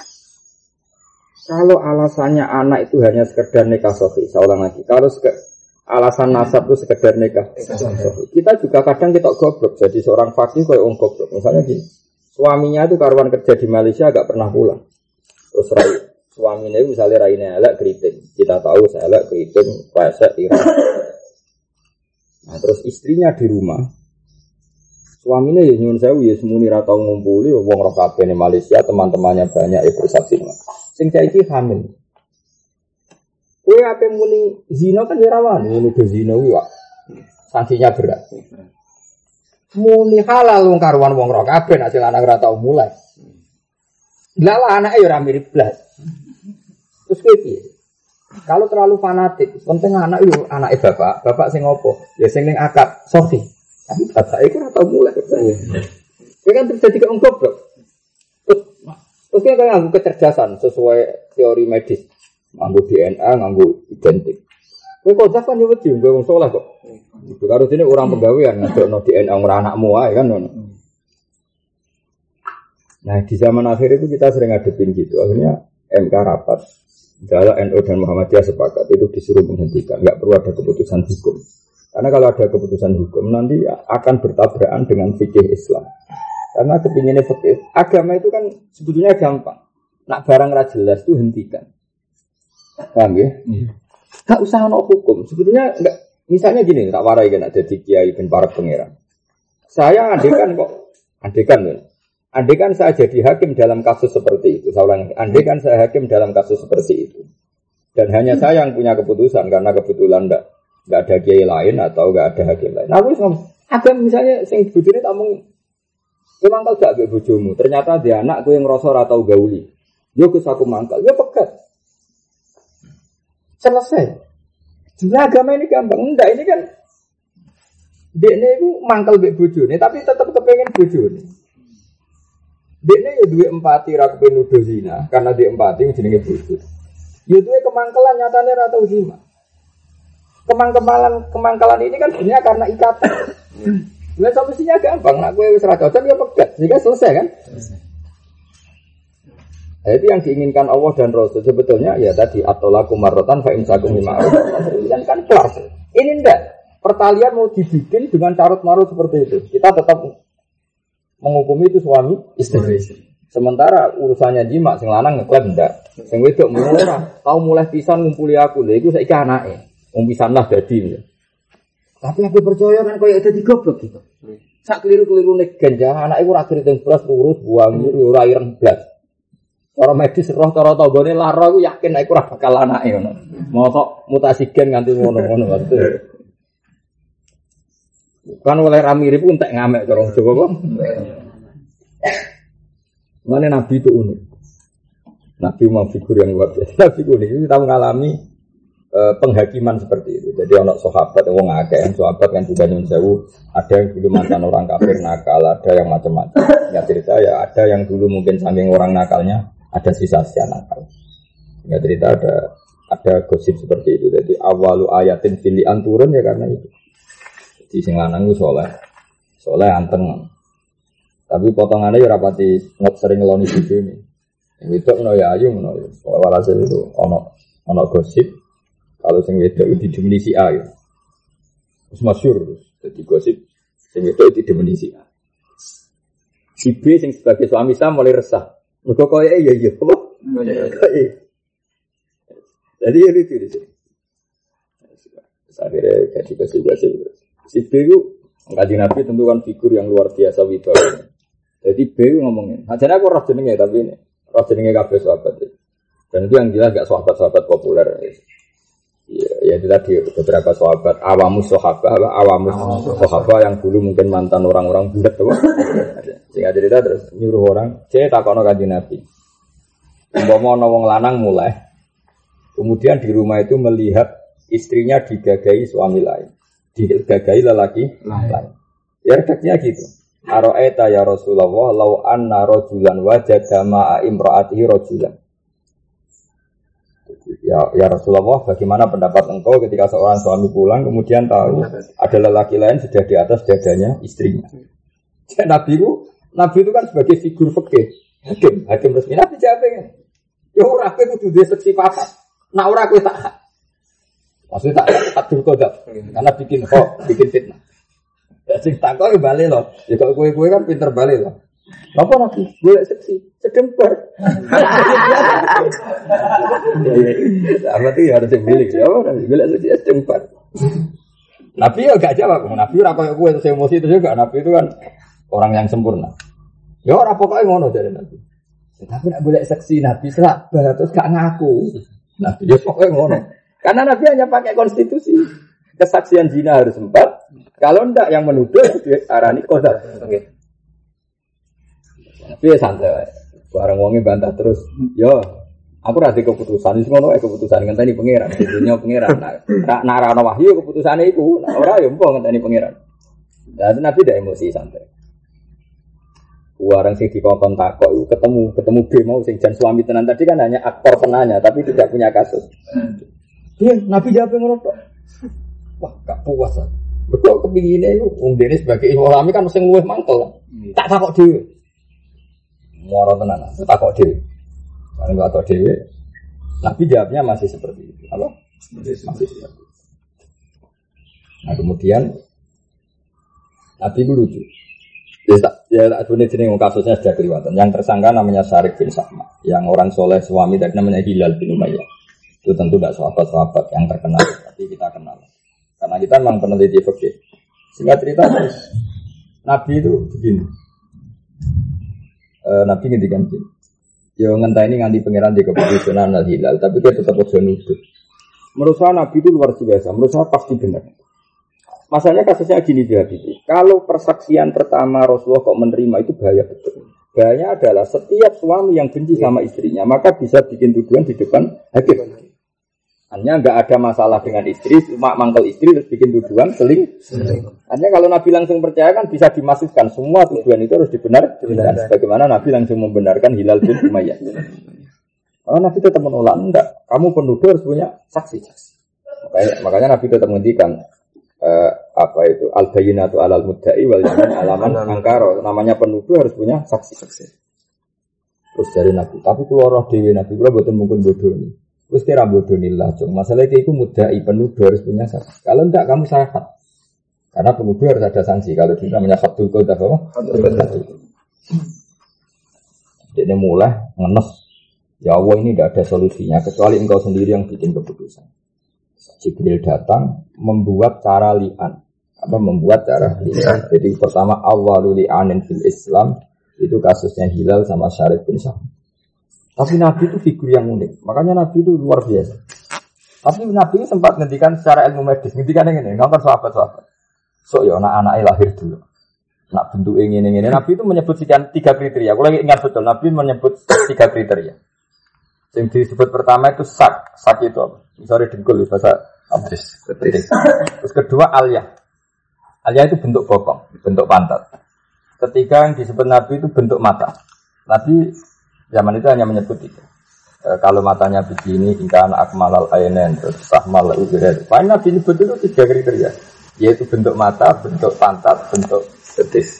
Kalau alasannya anak itu hanya sekedar nikah sahih, saya ulang lagi. Kalau alasan nasab itu sekedar nikah sahih, kita juga kadang kita goblok. Jadi seorang fakih kayak orang goblok. Misalnya gini, suaminya itu karuan kerja di Malaysia agak pernah pulang. Terus rai, suaminya itu misalnya rainya elek keriting. Kita tahu saya elek keriting, pesek, irang. Nah terus istrinya di rumah. Suaminya ya nyuwun sewu ya semuni ra tau ngumpuli wong ora kabeh ning Malaysia, teman-temannya banyak ya bersaksi. Sing saiki hamil. Kowe ape muni zina kan ya rawan, nuduh zina kuwi kok. Sanksinya berat. Muni halal wong karuan wong ora kabeh nek lanang ora tau mulai. Lah lah anake ya ora mirip blas. Terus kowe piye? Kalau terlalu fanatik, penting anak yo anake bapak, bapak sing opo? Ya sing ning akad sofi. Tapi bapak itu ora tau mulai kerjanya. Kowe kan terjadi ke goblok. Terus kan nganggo kecerdasan sesuai teori medis. Nganggo D N A, nganggo identik. Kowe kok kan yo wedi wong saleh kok. Iku karo dene orang pegawaian ngadokno D N A ora anakmu ae kan ngono. Nah, di zaman akhir itu kita sering ngadepin gitu. Akhirnya M K rapat. Jala N U dan Muhammadiyah sepakat itu disuruh menghentikan, enggak perlu ada keputusan hukum. Karena kalau ada keputusan hukum nanti akan bertabrakan dengan fikih Islam. Karena kepinginnya fikih agama itu kan sebetulnya gampang. Nak barang ra jelas itu hentikan. Paham ya? Hmm. Gak usah ono hukum. Sebetulnya enggak. Misalnya gini, tak warai kan ada di kiai ben para pangeran. Saya andekan kok, andekan kan. Andekan saya jadi hakim dalam kasus seperti itu. Saya ulangi, andekan saya hakim dalam kasus seperti itu. Dan hanya hmm. saya yang punya keputusan karena kebetulan enggak enggak ada kiai lain atau enggak ada hakim lain. Nah, aku ngomong, ada misalnya sing bojone tak mung memang tau gak mbek bojomu. Ternyata dia anak kowe ngrasa ora tau gauli. Yo Gus aku mangkal, yo pegat. Selesai. Sebenarnya agama ini gampang. Enggak, ini kan dekne iku mangkel mbek bojone tapi tetap kepengin bojone. Dekne ya duwe empati ra kepengin nuduh zina karena dia empati jenenge bojo. Ya duwe kemangkelan nyatane ra tau zina. Kemangkelan kemangkelan ini kan sebenarnya karena ikatan. Lah solusinya gampang, nak kowe wis ra cocok ya pegat. Sehingga selesai kan? Selesai. Nah, itu yang diinginkan Allah dan Rasul sebetulnya ya tadi atolakum marrotan fa imsakum bima'ruf. Kan kan kelar. Ini enggak. Pertalian mau dibikin dengan carut marut seperti itu. Kita tetap menghukumi itu suami istri. Sementara urusannya jima sing lanang ngeklaim ndak. Sing wedok murah, tau mulai pisan ngumpuli aku. Lha iku saiki anake. Wong pisan lah dadi. Tapi aku percaya kan koyo dadi goblok gitu. Sak keliru-kelirune genjah anake ora keriting beras lurus buang ora ireng blas. Cara medis roh cara tanggane lara aku yakin aku ora bakal anake ngono. Mosok mutasi gen nganti ngono-ngono waktu. Kan oleh ra mirip ku entek ngamek cara Jawa kok. Mane Nabi itu unik. Nabi mau figur yang luar biasa. Nabi unik kita mengalami uh, penghakiman seperti itu. Jadi anak sahabat wong akeh, sahabat kan juga nyun sewu, ada yang dulu mantan orang kafir nakal, ada yang macam-macam. Ya cerita ya ada yang dulu mungkin saking orang nakalnya ada sisa-sisa nakal. Ya cerita ada ada gosip seperti itu. Jadi awalu ayatin filian turun ya karena itu. Jadi sing lanang ku saleh. Saleh anteng. Tapi potongannya ya rapati ngot sering ngeloni video ini. Yang itu no ya ayu no. Walhasil itu ono ono gosip Kalau sing wedok di demeni si A ya. Wis masyhur. Dadi gosip sing wedok di demeni si A. Si B sing sebagai suami sah mulai resah. Mergo koyo ya ya. Jadi itu di sini. Akhirnya jadi gosip-gosip. Si B itu Kanjeng Nabi tentu kan figur yang luar biasa wibawa. Jadi B ngomongin. Nah, jadi aku roh jenenge tapi ini roh jenenge kabeh sahabat. Dan itu yang jelas gak sahabat-sahabat populer. Ya, ya itu tadi beberapa sahabat awamus sahabat, awamus sahabat yang dulu mungkin mantan orang-orang bulat tuh. Sehingga cerita terus nyuruh orang, "C takono Kanjeng Nabi." Umpama ana wong lanang mulai. Kemudian di rumah itu melihat istrinya digagai suami lain. Digagai lelaki lain. Ya redaksinya gitu. Aro'aita ya Rasulullah law anna rajulan wajada ma'a imra'atihi rajulan. Ya, ya Rasulullah, bagaimana pendapat engkau ketika seorang suami pulang kemudian tahu ada lelaki lain sudah di atas dadanya istrinya. Jadi Nabi itu, Nabi itu kan sebagai figur fikih, hakim, hakim resmi. Nabi jawabnya, ya ora kowe kudu duwe seksi papat. Nak ora kowe tak. Maksudnya tak tak dulu kodok, karena bikin kok, bikin fitnah. Ya sing tak kok balik loh. Ya kalau kowe-kowe kan pinter balik loh. Apa Nabi? Golek seksi, sedemper. Apa tuh harus dibeli ya? Golek seksi sedemper. Nabi ya gak jawab. Nabi ora koyo kowe terus emosi terus juga. Nabi itu kan orang yang sempurna. Ya ora pokoknya ngono dari Nabi. Tapi nak golek seksi Nabi sabar terus gak ngaku. Nabi ya pokoknya ngono. Karena Nabi hanya pakai konstitusi. Kesaksian zina harus empat. Kalau ndak yang menuduh diarani qadzaf. Oke. Tapi ya santai, barang wonge bantah terus. Yo, aku rada keputusan wis ngono ae keputusan ngenteni pangeran, dunya pangeran. Nak narana wahyu keputusane iku, nek ora ya empok ngenteni pangeran. Lah Nabi ndak emosi santai. Warang sing dikongkon takok iku ketemu, ketemu B mau sing jan suami tenan tadi kan hanya aktor penanya tapi tidak punya kasus. Dia Nabi jawab ngono tok. Wah, gak puas. Betul kepingine iku wong dene sebagai ulama kan mesti luwih mantel. Tak takok dhewe. Muara tenan, tak kok dewe. Kalau nggak tahu dewe, Nabi jawabnya masih seperti itu. Apa? Masih seperti itu. Nah kemudian Nabi itu lucu. Ya tak, ya tak sebenarnya jenis kasusnya sudah kelihatan. Yang tersangka namanya Syarik bin Sa'ma, yang orang soleh suami dari namanya Hilal bin Umayyah. Itu tentu tidak sahabat-sahabat yang terkenal, tapi kita kenal. Karena kita memang peneliti fikih. Singkat cerita terus, Nabi itu begini. Uh, Nabi ngendikan gitu. Yo ngenteni nganti pangeran di keputusan al-hilal, tapi dia tetap ojo nuduh. Menurut saya Nabi itu luar biasa, menurut saya pasti benar. Masalahnya kasusnya gini dia gitu. Kalau persaksian pertama Rasulullah kok menerima itu bahaya betul. Bahaya adalah setiap suami yang benci sama istrinya, maka bisa bikin tuduhan di depan hakim. Hanya enggak ada masalah dengan istri, cuma mangkel istri terus bikin tuduhan seling. Hanya kalau Nabi langsung percaya kan bisa dimasukkan semua tuduhan itu harus dibenarkan. Sebagaimana Nabi langsung membenarkan Hilal bin Umayyah. Kalau Nabi tetap menolak, enggak, kamu penuduh harus punya saksi. Makanya, makanya Nabi tetap menghentikan uh, apa itu al-bayyinatu alal mudda'i wal yamin alaman angkara. Namanya penuduh harus punya saksi. Terus dari Nabi, tapi kalau roh dewi Nabi kalau betul mungkin bodoh ini. Terus kira bodoh nilai, cuma masalahnya itu mudda'i penuduh harus punya saksi. Kalau enggak kamu sahat. Karena penuduh harus ada sanksi. Kalau kita namanya sabdul qadzaf apa? Jadi mulai ngenes. Ya Allah ini tidak ada solusinya kecuali engkau sendiri yang bikin keputusan. Jibril datang membuat cara li'an. Apa membuat cara li'an? Jadi pertama awwalu li'anin fil Islam itu kasusnya Hilal sama Syarik bin Sa'ma. Tapi Nabi itu figur yang unik. Makanya Nabi itu luar biasa. Tapi Nabi itu sempat ngendikan secara ilmu medis. Ngendikan yang ini, nonton sahabat-sahabat. So ya anak-anaknya lahir dulu. Nak bentuk ingin-ingin. Nabi itu menyebut sekian tiga kriteria. Aku lagi ingat betul. Nabi menyebut tiga kriteria. Yang disebut pertama itu sak. Sak itu apa? Misalnya dengkul bahasa apa? Terus kedua alyah. Alyah itu bentuk bokong, bentuk pantat. Ketiga yang disebut Nabi itu bentuk mata. Nabi zaman itu hanya menyebut itu. E, kalau matanya begini, ingkana akmalal ainen, terus sahmal ubirat. Paling Nabi nyebut itu tiga kriteria. Yaitu bentuk mata, bentuk pantat, bentuk betis.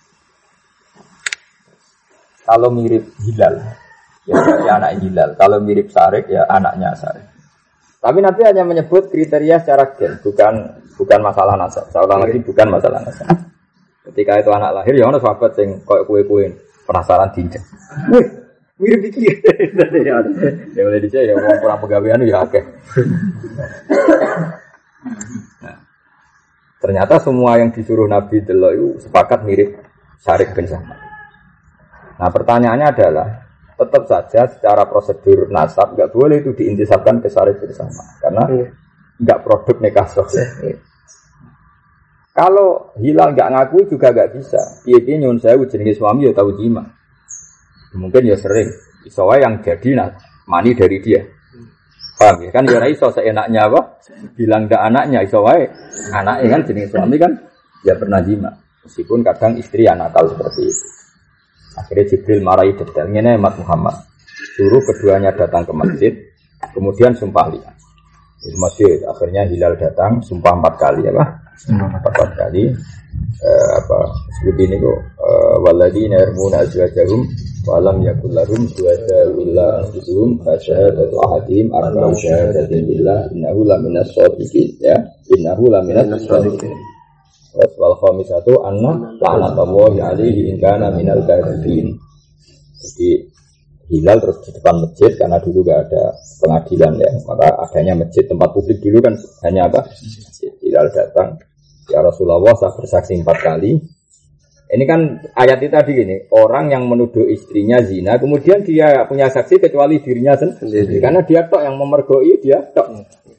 Kalau mirip Hilal, ya berarti anak Hilal. Kalau mirip Syarik, ya anaknya Syarik. Tapi Nabi hanya menyebut kriteria secara gen, bukan bukan masalah nasab. Saya ulang lagi, bukan masalah nasab. Ketika itu anak lahir, ya ono sahabat sing koyo kue-kue penasaran diinjak. Wih, mirip iki. Ya boleh dicek ya wong kurang pegawean ya akeh. Nah, ternyata semua yang disuruh Nabi delok itu sepakat mirip Syarik bin Sahman. Nah, pertanyaannya adalah tetap saja secara prosedur nasab enggak boleh itu diintisabkan ke Syarik bin Sahman karena enggak produk nikah sahih. Kalau Hilal enggak ngaku juga enggak bisa. Piye-piye nyuwun sewu jenenge suami ya tahu jima. Mungkin ya sering iso wae yang jadi nah, mani dari dia. Paham ya? Kan ya ora iso seenaknya apa? Bilang ndak anaknya iso wae. Anake kan jenenge suami kan ya pernah jima. Meskipun kadang istri anak nakal seperti itu. Akhirnya Jibril marahi detail. Ngene Mat Muhammad. Suruh keduanya datang ke masjid, kemudian sumpah lihat. Di masjid akhirnya Hilal datang sumpah empat kali ya, Pak. Empat, empat kali. Eh, apa seperti ini kok eh, waladina yarmuna azwajahum wa lam yakul lahum syuhada illa anfusuhum fa syahadatu ahadihim arba'u syahadatin billah innahu laminas shadiqin ya innahu laminas shadiqin. Wal khamisatu anna la'natullahi 'alaihi in kana minal kadhibin. Jadi Hilal terus di depan masjid karena dulu gak ada pengadilan ya, maka adanya masjid tempat publik dulu kan hanya apa? Masjid. Hilal datang, ya Rasulullah saya bersaksi empat kali. Ini kan ayat itu tadi gini, orang yang menuduh istrinya zina, kemudian dia punya saksi kecuali dirinya sendiri, karena dia tok yang memergoi dia tok.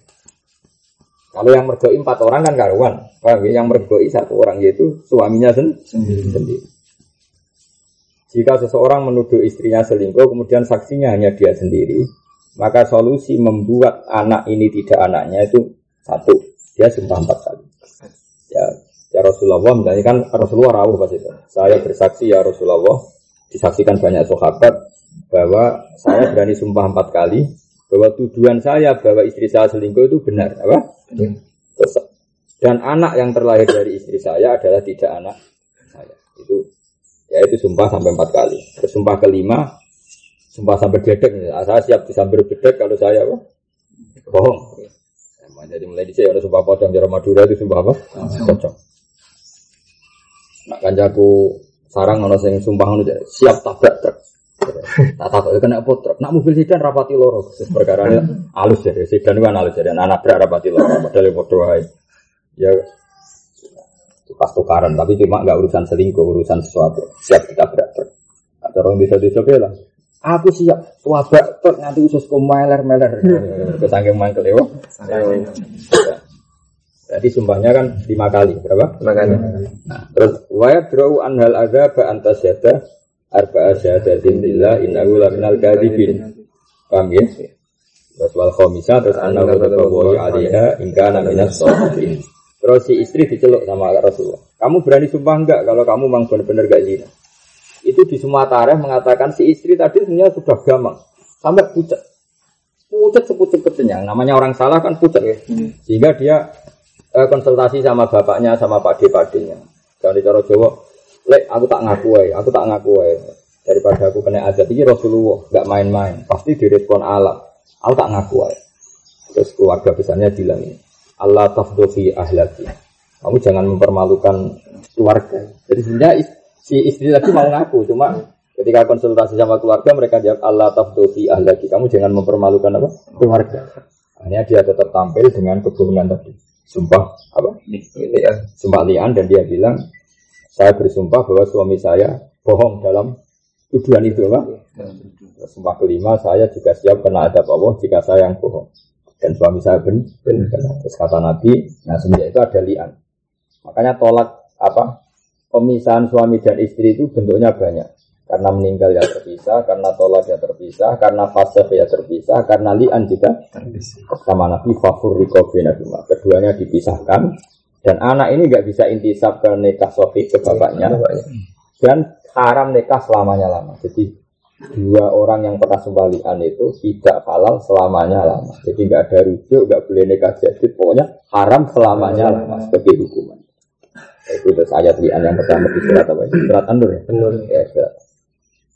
Kalau yang mergoi empat orang kan karuan, yang mergoi satu orang yaitu suaminya sendiri. sendiri. Jika seseorang menuduh istrinya selingkuh, kemudian saksinya hanya dia sendiri, maka solusi membuat anak ini tidak anaknya itu satu, dia sumpah empat kali. Ya, ya Rasulullah, misalnya kan Rasulullah rawuh pas itu. Saya bersaksi ya Rasulullah, disaksikan banyak sahabat bahwa saya berani sumpah empat kali bahwa tuduhan saya bahwa istri saya selingkuh itu benar, apa? Terus, dan anak yang terlahir dari istri saya adalah tidak anak saya. Itu ya itu sumpah sampai empat kali. Terus sumpah kelima, sumpah sampai bedek. Saya siap disambar bedek kalau saya apa? Bohong. Ya, jadi mulai dicek ada sumpah pocong cara Madura itu sumpah apa? Pocong. Nak kancaku sarang ana sing sumpah ngono siap tabrak truk. Tak takut kena apa truk. Nak mobil sedan rapati loro. Perkarane alus ya, sedan kan alus ya, anak nabrak rapati loro padahal padha wae. Ya pas tukaran, tapi cuma nggak urusan selingkuh, urusan sesuatu. Siap kita berat. Ada orang bisa-bisa bilang, aku siap wabak truk nanti usus meler-meler. Kesangking mangkel ya. Jadi sumpahnya kan lima kali, berapa? Lima kali. Nah, terus wayat draw anhal azab antas syada arba'a syahadatin billah innahu laminal kadhibin. Paham ya? Terus wal khamisah terus annahu tatawawi 'alaiha in kana minas shadiqin. Terus si istri diceluk sama Rasulullah. Kamu berani sumpah enggak kalau kamu memang benar-benar gak zina? Itu di semua tarikh mengatakan si istri tadi sebenarnya sudah gamang sampai pucat. Pucat sepucet-pucetnya. Namanya orang salah kan pucat ya. Hmm. Sehingga dia eh, konsultasi sama bapaknya sama pakde-pakdenya. Kalau di cara Jawa, "Lek, aku tak ngaku ae, aku tak ngaku ae. Daripada aku kena azab iki Rasulullah enggak main-main. Pasti direspon alam. Aku tak ngaku ae." Terus keluarga besarnya bilang ini, Allah tafdhufi ahlaki. Kamu jangan mempermalukan keluarga. Jadi sebenarnya si istri tadi mau ngaku, cuma ketika konsultasi sama keluarga mereka jawab Allah tafdhufi ahlaki. Kamu jangan mempermalukan apa? Keluarga. Akhirnya dia tetap tampil dengan kebohongan tadi. Sumpah apa? Sumpah lian dan dia bilang, saya bersumpah bahwa suami saya bohong dalam tuduhan itu, apa? Sumpah kelima, saya juga siap kena adab Allah jika saya yang bohong. Dan suami saya ben, ben, terus kata Nabi, nah semenjak itu ada li'an. Makanya tolak apa pemisahan suami dan istri itu bentuknya banyak. Karena meninggal ya terpisah, karena tolak ya terpisah, karena fasakh ya terpisah, karena li'an juga terpisah. Sama Nabi fafur rikobina bima. Keduanya dipisahkan dan anak ini nggak bisa intisab ke nikah sahih ke bapaknya dan haram nikah selamanya lama. Jadi dua orang yang pernah sumpah li'an itu tidak halal selamanya lama. Jadi nggak ada rujuk, nggak boleh nikah jadid, pokoknya haram selamanya lama sebagai hukuman. Itu terus ayat li'an yang pertama di surat apa? Surat An-Nur ya. An-Nur. Ya, surat.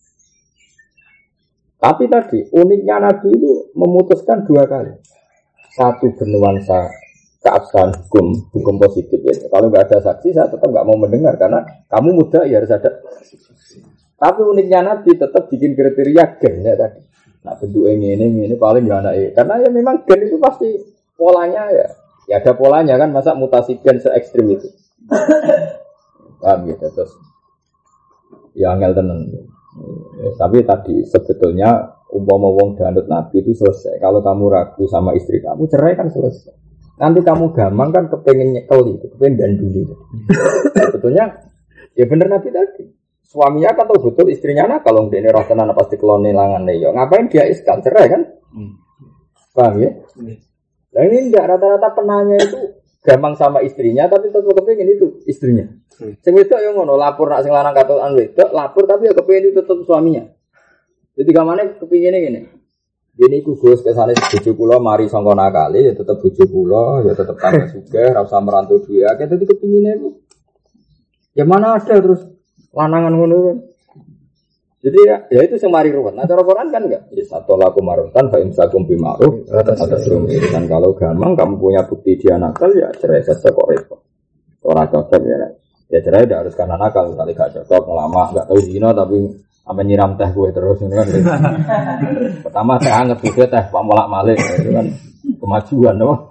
Tapi tadi uniknya Nabi itu memutuskan dua kali. satu bernuansa keabsahan hukum, hukum positif ya. Kalau nggak ada saksi, saya tetap nggak mau mendengar karena kamu muda ya harus ada. Tapi uniknya Nabi tetap bikin kriteria gen ya tadi. Nah bentuk ini ini ini paling nggak ada eh. Karena ya memang gen itu pasti polanya ya, ya ada polanya kan, masa mutasi gen se ekstrim itu. Paham gitu terus. Ya angel tenan. Ya, tapi tadi sebetulnya umpama wong danut Nabi itu selesai. Kalau kamu ragu sama istri kamu, cerai kan selesai. Nanti kamu gampang kan kepengen nyekel itu, kepengen danduli. Sebetulnya ya bener Nabi tadi. Suaminya kan tahu betul istrinya nak kalau dia ini roh tenan pasti kelone langan ya. Ngapain dia iskal cerai kan? Hmm. Paham ya? Hmm. Nah ini enggak rata-rata penanya itu gampang sama istrinya tapi tetap kepengen itu istrinya. Hmm. Sing wedok yo ngono, lapor nak sing lanang katokan wedok, lapor tapi ya kepengen itu tetap suaminya. Jadi gamane kepingine ngene. Dene iku Gus kesane bojo kula mari sangka nakale ya tetep bojo kula, ya tetep tambah sugih, ora usah merantau duwe akeh dadi kepingine iku. Ya mana ada terus lanangan ngono kan. Jadi ya, ya itu sing mari ruwet. Nah cara Quran kan enggak. Ya satu laku marutan fa imsakum bi ma'ruf atas kan kalau gampang kamu punya bukti dia nakal ya cerai saja kok repot. Ora cocok ya. Ya cerai tidak harus karena nakal, kali gak cocok lama enggak tahu zina tapi sampai nyiram teh gue terus ini kan. Pertama teh anget gue teh pak molak malik itu kan kemajuan loh.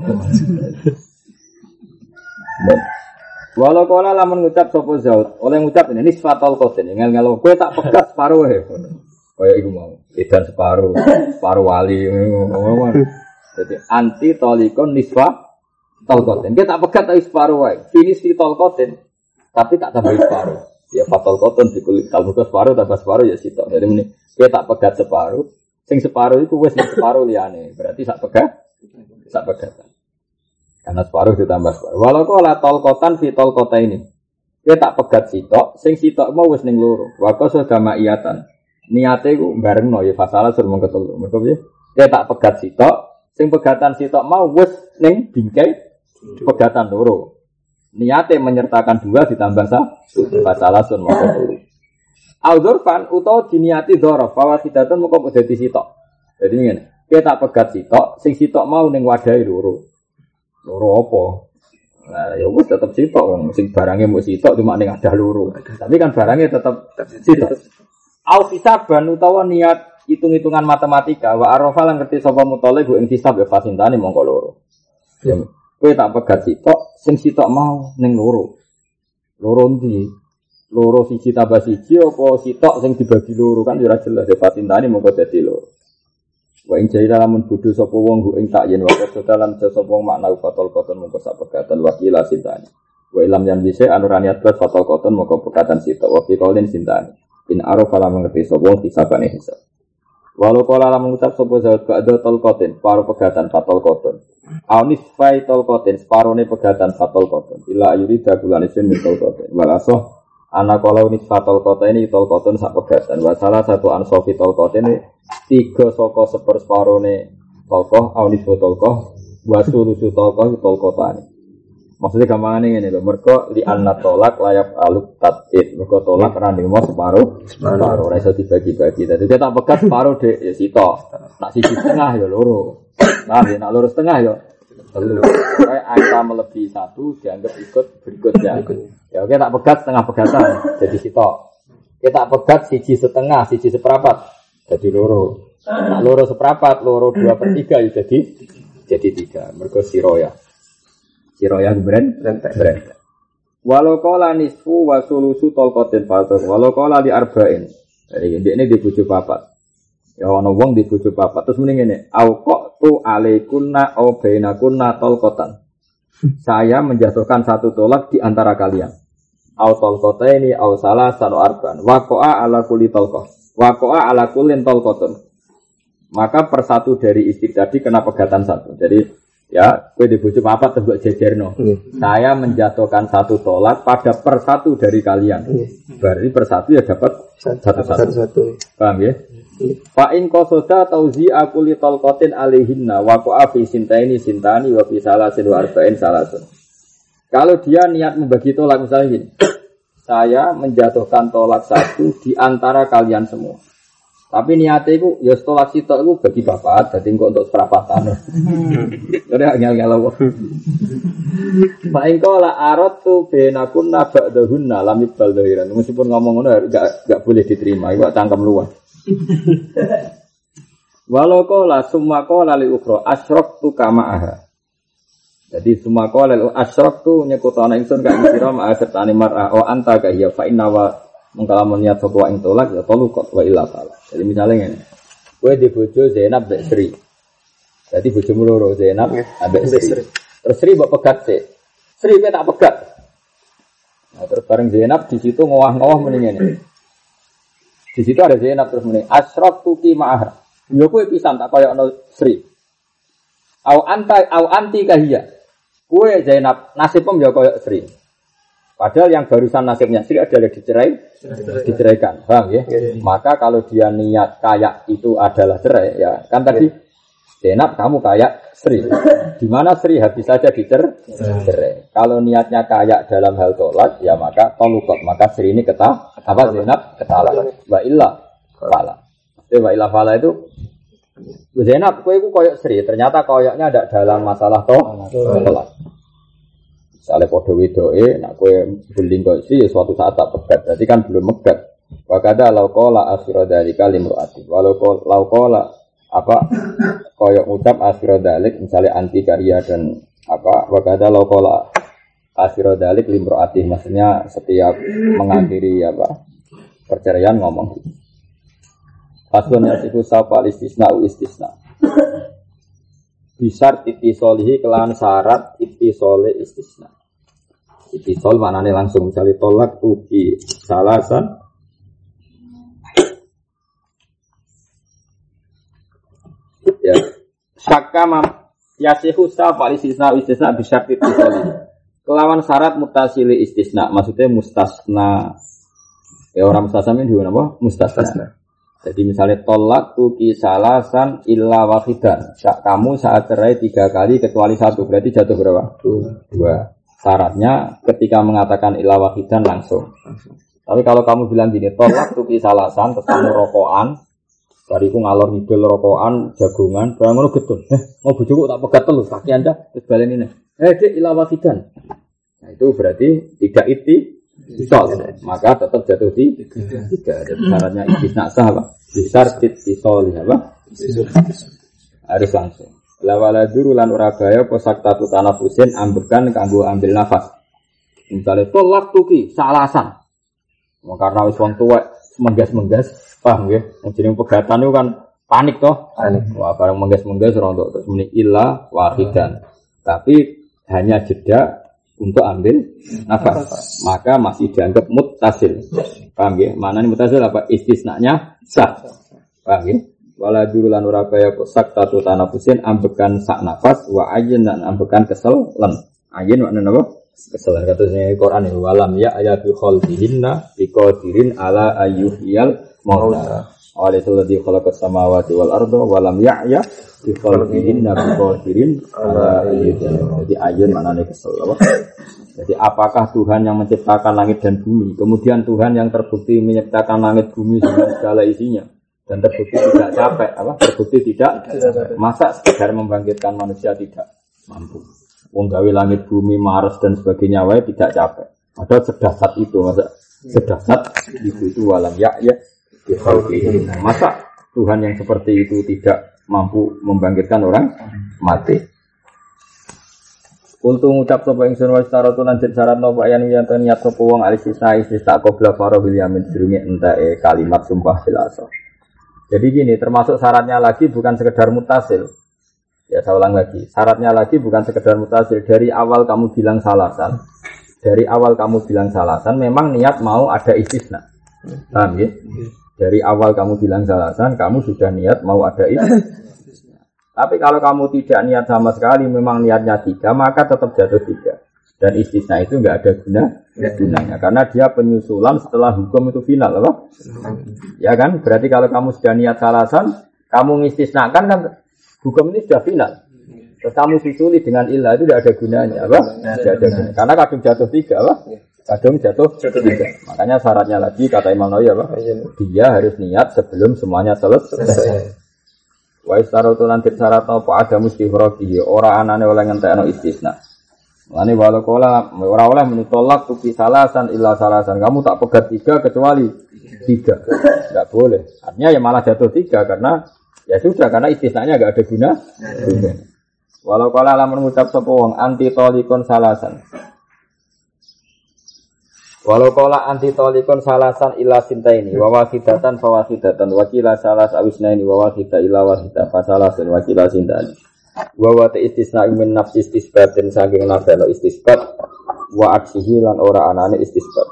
Walau kala lamun ngucap sapa zaud, oleh ngucap ini nisfatul qatin, ngel-ngel kowe tak pegat separuh he. Kaya iku mau, edan separuh, separuh wali ngono. Dadi anti talikon nisfa talqatin. Kita tak pegat tapi separuh wae. Finish di talqatin tapi tak tambah separuh. Ya fatal koton dikulit kalau separuh tambah separuh ya sitok. Jadi ini kita tak pegat separuh, sing separuh itu wis separuh liyane. Berarti sak pegat, sak pegatan. Karena separuh ditambah separuh. Walau kau lah tol kotan fitol kota ini, kita tak pegat sitok, sing sitok mau wis ning loro. Waktu sudah ma'iyatan. Niate ku bareng no ya fasalah suruh mengketelu. Mergo piye? Kita tak pegat sitok, sing pegatan sitok mau wis ning bingkai pegatan loro. Niate menyertakan dua ditambah sah fasalah sun moko telu. Al-dzurfan utawa diniati dzaraf fawasidatan moko dadi sitok. Jadi ngene, kita tak pegat sitok, sing sitok mau ning wadahe loro. Loro apa? Nah, ya wis tetep sitok wong sing barange mbok sitok cuma ning ada loro. Tapi kan barangnya tetep sitok. Al-hisaban utawa niat hitung-hitungan matematika wa arafa lan ngerti sapa mutole go ing hisab ya fasintane mongko loro. Ya kowe tak pegat sitok, sing sitok mau ning loro. Loro ndi? Loro siji tambah siji apa sitok sing dibagi loro kan ora jelas ya fatintane mongko dadi loro. Wa in jaila lamun bodho sapa wong ing tak yen wae dalan sapa wong makna fatal koton mongko sak pegatan wakila sintane. Wa ilam yan bisa anuraniat plus fatal koton mongko pegatan sitok wa fi qaulin sintane. In arafa lamun ngerti sapa wong hisabane hisab. Walau kala lamun ngucap sapa zawat ba'da talqatin, separo pegatan fatal koton. Aunis fai talqatin, separone pegatan fatal koton. Ila yurida kulanisin min talqatin. Walasoh anak kalau unis fatal koton ini talqatin sak pegatan. Wa salah satu ansofi talqatin ini tiga saka seper separone talqah aunis talqah wa sulusu talqah talqatani. Maksudnya gampangane ngene lho, mergo li anna tolak layak aluk tadid. Mergo tolak randing mau separuh, separuh ora iso dibagi-bagi. Dadi kita tak pegat separuh Dik, ya sitok. Nak siji setengah ya loro. Nah, nak loro setengah ya telu. Kayak angka melebihi satu dianggap ikut berikutnya. Ya oke tak pegat setengah pegatan jadi sitok. Kita pegat siji setengah, siji seperempat jadi loro. Nak loro seperempat, loro dua per tiga ya jadi jadi tiga. Mergo siroya. Siroyah brand brand. Walau kala nisfu wa sulusu talqatin fatul. Walau kala di arba'in. Jadi ini di bojo papat. Ya ana wong di bojo papat. Terus mending ngene, au qatu alaikunna au bainakunna talqatan. Saya menjatuhkan satu tolak di antara kalian. Au talqataini au salasan arba'an. Waqa'a ala kulli talqah. Waqa'a ala kullin talqatun. Maka per satu dari istri tadi kena pegatan satu. Jadi ya, kowe di bojo papat tembok jejerno. Mm. Saya menjatuhkan satu tolak pada per satu dari kalian. Mm. Berarti per satu ya dapat satu-satu. Paham ya? Mm. Fa in qasada tauzi aquli talqatin alaihinna wa qa'a fi sintaini sintani wa fi salasin wa arba'in salasun. Kalau dia niat membagi tolak misalnya gini. Saya menjatuhkan tolak satu di antara kalian semua. Tapi niatnya itu ya tolak sitok itu bagi bapak, jadi engko untuk seperapatan. Jadi ngel-ngel apa? Fa in qala aradtu bainakunna ba'dahunna lam yaqbal dhahiran. Meskipun ngomong ngono enggak enggak boleh diterima, iku cangkem luas. Walau qala summa qala li ukhra asyraktu kama aha. Jadi summa qala li asyraktu nyekutana ingsun ka sira ma sertane mar'a o anta ka ya fa inna wa mengkalamun niat sapa ing tolak ya tolak wa illa ta'ala. Jadi misalnya ngene. Kowe di bojo Zainab mbek Sri. Jadi bojomu loro Zainab ambek Sri. Terus Sri mbok pegat sik. Sri kowe tak pegat. Nah, terus bareng Zainab di situ ngowah-ngowah muni ngene. Di situ ada Zainab terus muni asyraftu ki ma'ah. Yo kowe pisan tak koyono Sri. Au anta au anti kahia. Kowe Zainab nasibmu ya koyo Sri. Padahal yang barusan nasibnya Sri adalah dicerai, diceraikan, paham ya? Maka kalau dia niat kayak itu adalah cerai, ya kan tadi Zainab kamu kayak Sri, di mana Sri habis saja dicerai. Cerai. Kalau niatnya kayak dalam hal tolak, ya maka tolukot, maka Sri ini ketah, apa Zainab ketala, wa illa fala. Jadi wa illa fala itu Zainab, kowe iku koyok Sri, ternyata koyoknya ada dalam masalah tolak. Misalnya podo wedoe, nak kue beling kau sih, suatu saat tak pegat, berarti kan belum megat. Wakada laukola asyiro dari kalimroati, walau laukola apa koyok ucap asyiro dalik, misalnya anti karya dan apa, wakada laukola asyiro dalik limroati, maksudnya setiap mengakhiri apa perceraian ngomong. Paslon yasiku sapa istisna u istisna. Bisar itisolihi kelan syarat itisole istisna. Itisol maknanya langsung misalnya tolak tuki salasan ya syakka mam yasihu sapa istisna istisna bisar itisolihi kelawan syarat mutasili istisna maksudnya mustasna ya orang mustasna ini juga apa mustasna. Jadi misalnya tolak tuki salasan illa wahidan. Kamu saat cerai tiga kali kecuali satu berarti jatuh berapa? Dua. Dua. Syaratnya ketika mengatakan illa wahidan langsung. langsung. Tapi kalau kamu bilang gini, tolak tuki salasan ketemu rokokan, bariku ngalor ngidul rokokan, jagungan, barang ngono getun. Eh, mau bojoku tak pegat telu, kaki anda terus baleni. Eh, dik illa wahidan. Nah, itu berarti tidak iti isol, maka tetap jatuh di tiga. Jadi syaratnya istisna sah apa? Besar isol apa? Harus langsung. Lawala duru lan ora bahaya posak tatu tanafusin ambekan kanggo ambil nafas. Misalnya tolak tuki salasan. Mau karena wis wong tuwek menggas-menggas, paham nggih? Wong jeneng pegatan itu kan panik toh. Panik. Wah, barang menggas-menggas ora untuk terus muni illa wahidan. Tapi hanya jeda untuk ambil nafas, maka masih dianggap muttasil. Paham ya? Mana ini muttasil apa? Istisnanya sah. Paham ya? Wala durulan ora kaya sak tatu tanafusin ambekan sak nafas wa ayyin dan ambekan kesel len. Ayyin maknane apa? Kesel. Katanya Quran ini walam ya ayatu khalqihinna biqadirin ala ayyuhiyal mauta. Awalil ladzi khalaqas samawati wal arda walam ya'ya bi khalqihinna biqadirin ala ayyuhiyal. Jadi ayyin maknane kesel apa? Jadi apakah Tuhan yang menciptakan langit dan bumi, kemudian Tuhan yang terbukti menciptakan langit bumi dengan segala isinya dan terbukti tidak capek, apa? Terbukti tidak, masa sekedar membangkitkan manusia tidak mampu. Wong gawe langit bumi Mars dan sebagainya wae tidak capek. Padahal sedasat itu, masa sedasat itu itu walam ya ya. Masa Tuhan yang seperti itu tidak mampu membangkitkan orang mati. Kultu ngucap sapa ingsun wa staratu lan syarat napa yen yen niat sapa wong alisisa isisa qabla farahil yamin durunge entae kalimat sumpah filasa. Jadi gini, termasuk syaratnya lagi bukan sekedar mutasil. Ya saya ulang lagi, syaratnya lagi bukan sekedar mutasil. Dari awal kamu bilang salasan, dari awal kamu bilang salasan, memang niat mau ada istisna. Paham ya? Dari awal kamu bilang salasan, kamu sudah niat mau ada istisna. Tapi kalau kamu tidak niat sama sekali, memang niatnya tiga, maka tetap jatuh tiga. Dan istisna itu enggak ada guna, gunanya. Karena dia penyusulan setelah hukum itu final, apa? Ya kan? Berarti kalau kamu sudah niat salasan, kamu ngistisnakan kan hukum ini sudah final. Terus kamu susuli dengan ilah itu tidak ada gunanya, apa? Tidak ada gunanya. Karena kadung jatuh tiga, apa? kadung jatuh jatuh tiga. Makanya syaratnya lagi kata Imam Nawawi apa? Dia harus niat sebelum semuanya selesai. Wa istaratu lan syarat apa ada mustifrogi ora anane oleh ngentekno istisna. Lani walau kola ora oleh menitolak tuki salasan illa salasan. Kamu tak pegat tiga kecuali tiga. Enggak boleh. Artinya ya malah jatuh tiga karena ya sudah karena istisnanya enggak ada guna. Guna. Walau kola lamun ngucap sapa wong anti tolikon salasan. Walau kola anti tolikon salasan illa sintaini wa wahidatan fa wahidatan wa kila salas awisnaini wa wahida illa wahida fa salasun wa kila sintani. Wa wa istisna min nafsi istisbatin saking nafelo istisbat wa aksihi lan ora anane istisbat.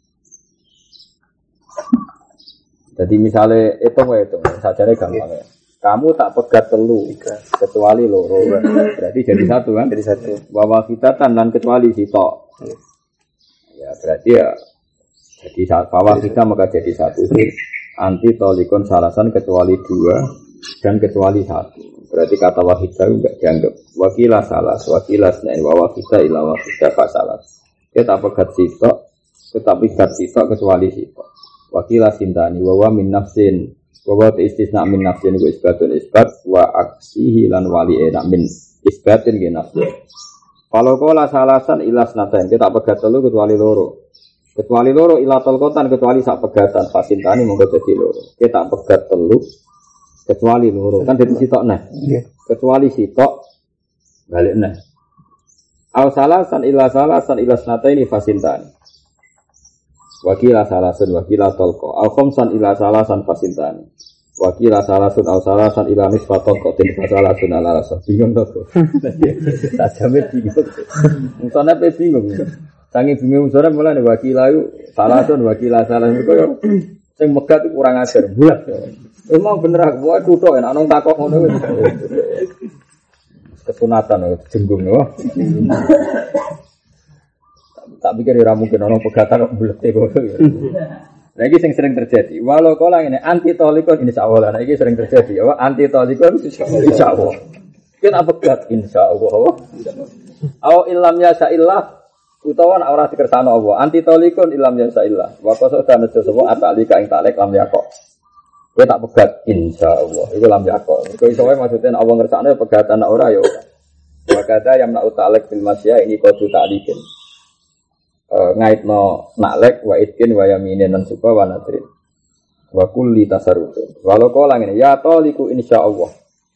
Jadi misalnya itu wae itu sajane gampang ya. Kamu tak pegat telu kecuali loro. Berarti jadi satu kan? Jadi satu. Wa wahidatan lan kecuali sitok. Ya berarti ya jadi bawah kita maka jadi satu anti tolikon salasan kecuali dua dan kecuali satu berarti kata wahidah enggak dianggap wakilah salas wakilah senain wawahida ila wahidah fasalas kita pegat sitok tetapi pegat sitok kecuali sitok wakilah sintani wawa min nafsin wawa istisna min nafsin wa isbatun isbat wa aksihi lan wali enak min isbatin ge nafsin. Kalau kola salasan ilas naten kita pegat telu kecuali loro, kecuali loro ilatul kotan kecuali sak pegatan pasintani monggo jadi loro. Kita pegat telu kecuali loro kan jadi sitok nah, kecuali sitok balik nah. Al salasan ilas salasan ilas naten ini pasintani. Wakilah salasun wakilah tolko. Al khomsan ilas salasan pasintani. Wakilah salasun al salasan ila nisfaton kotin salasun ala rasa bingung tuh. Tak jamin bingung. Misalnya pe bingung. Sangi bingung sore mulai wakilah itu salasun wakilah salasun kok yo sing megat kurang ajar bulat. Emang bener aku wae kutok enak nang takok ngono wis. Kesunatan jenggung yo. Tak pikir ora mungkin ana pegatan kok bulet kok. Nah ini yang sering terjadi. Walau kalau ini anti tolikon insya Allah. Nah ini sering terjadi. Apa anti tolikon insya Allah. Kita pegat insya Allah. Aw ilam yasa'illah. Utawan aura dikersana Allah. Anti tolikon ilam yasa'illah. Wakoso dan itu semua atalika yang taklek lam yakok. Kita tak pegat insya Allah. Itu lam yakok. Itu isowai maksudnya Allah ngersana pegatan aura ya. Wakata yang nak taklek bil masya ini kodu taklikin. Uh, ngaitno naklek wa itkin wa yaminin dan suka wa nadrin wa kulli tasarrufin walau kala ngene ya taliku insyaallah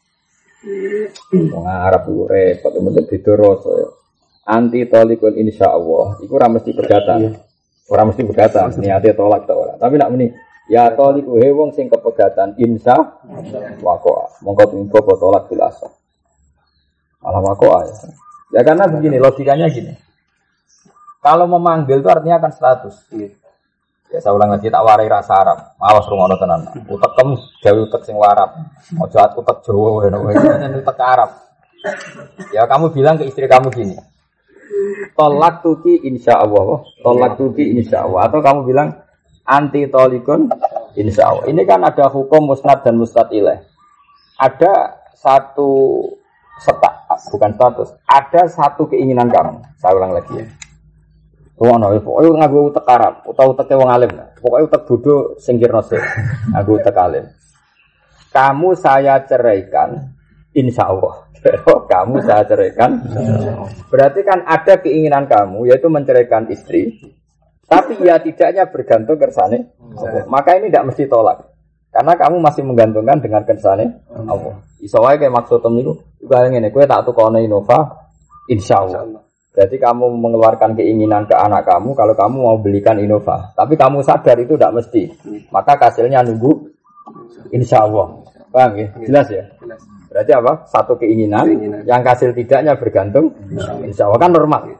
wong Arab ku repot mesti didoroso ya anti talikun insyaallah iku ora mesti pegatan ora mesti pegatan niate tolak ta ora tapi nek muni ya taliku he wong sing kepegatan insya waqa'a mongko tumpo tolak bilasa ala waqa'a ya karena begini logikanya gini. Kalau memanggil itu artinya akan status. Ya saya ulang lagi tak warai rasa Arab. Awas rungono tenan. Utekem gawe utek sing warap. Ojo utek Jawa ngono kuwi utek Arab. Ya kamu bilang ke istri kamu gini. Tolak tuki insyaallah. Tolak tuki insyaallah atau kamu bilang anti tolikun insyaallah. Ini kan ada hukum musnad dan mustad ilaih. Ada satu seta, bukan status. Ada satu keinginan kamu. Saya ulang lagi ya. Wong ana pokoke nganggo utek Arab utawa uteke wong alim. Pokoke utek bodho sing kirna sik. Nganggo utek alim. Kamu saya ceraikan insyaallah. Kamu saya ceraikan. Berarti kan ada keinginan kamu yaitu menceraikan istri. Tapi ya tidaknya bergantung kersane Allah. Maka ini tidak mesti tolak. Karena kamu masih menggantungkan dengan kersane Allah. Iso wae kayak maksudem niku juga ngene, kowe tak tukone Innova insyaallah. Berarti kamu mengeluarkan keinginan ke anak kamu kalau kamu mau belikan Innova. Tapi kamu sadar itu tidak mesti. Maka hasilnya nunggu insya Allah. Paham ya? Jelas ya? Berarti apa? Satu keinginan, keinginan. Yang hasil tidaknya bergantung insya Allah. Kan normal.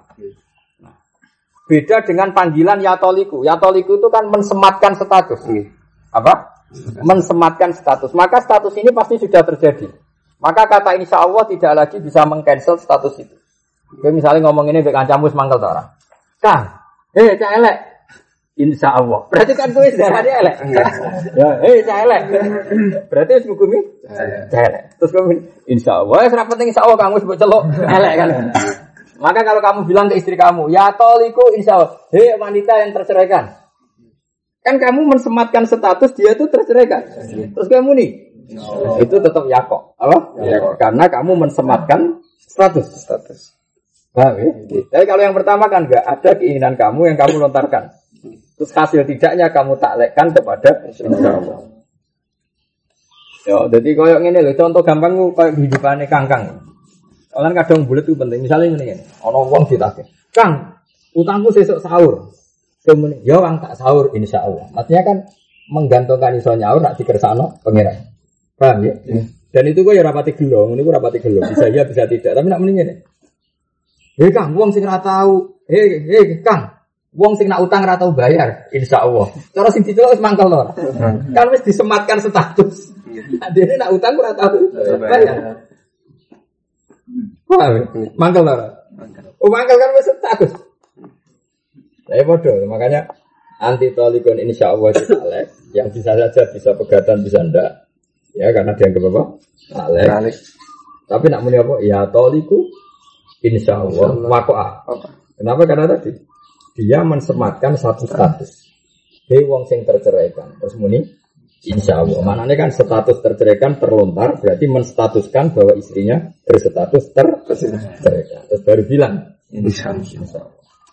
Beda dengan panggilan yatoliku. Yatoliku itu kan mensematkan status. Apa? Mensematkan status. Maka status ini pasti sudah terjadi. Maka kata insya Allah tidak lagi bisa meng-cancel status itu. Kowe misalnya ngomong ini mbek kancamu wis mangkel ta ora? Kang, eh cah elek. Insyaallah. Berarti kan kowe darane elek. Ya, eh cah elek. Berarti wis ngukumi cah elek. Terus kowe insyaallah, wis ora penting insyaallah Kang wis mbok celuk elek kan. Maka kalau kamu bilang ke istri kamu, ya toliku insya Allah, hei wanita yang terceraikan, kan kamu mensematkan status dia itu terceraikan. Terus kamu nih, itu tetap yakok, apa? Yakok. Karena kamu mensematkan status. Status. Paham ya? Tapi kalau yang pertama kan enggak ada keinginan kamu yang kamu lontarkan. Terus hasil tidaknya kamu taklekkan kepada insya Allah. Ya, jadi koyok ngene lho, contoh gampang ku koyok hidupane Kangkang. Soalnya kadang bulet itu penting. Misalnya ngene, ana wong ditagih, "Kang, utangku sesuk sahur." Kemudian, "Ya wong tak sahur insyaallah." Maksudnya kan menggantungkan iso nyaur nak dikersakno pangeran. Paham ya? Hmm. Dan itu kok ya rapati gelo, ngene ku rapati gelo. Bisa ya bisa tidak, tapi nak mending ngene. "Hei Kang, wong sing ora tau, hei hei Kang, wong sing nak utang ora tau bayar, insyaallah." Cara sing diceluk wis mangkel to. Kan wis disematkan status. Dene nak utang ora tau bayar. Wah, mangkel ora? Oh, mangkel kan wis status. Lah ya bodoh, makanya anti tolikon insyaallah itu talek, yang bisa saja bisa pegatan bisa ndak. Ya karena dianggap apa? Talek. Tapi nak muni apa? Ya toliku insyaallah waqa'a. Kenapa? Karena tadi dia mensematkan satu status. Hei wong sing terceraikan. Terus muni insyaallah. Maknanya kan status terceraikan terlontar berarti menstatuskan bahwa istrinya berstatus terceraikan. Terus baru bilang insyaallah.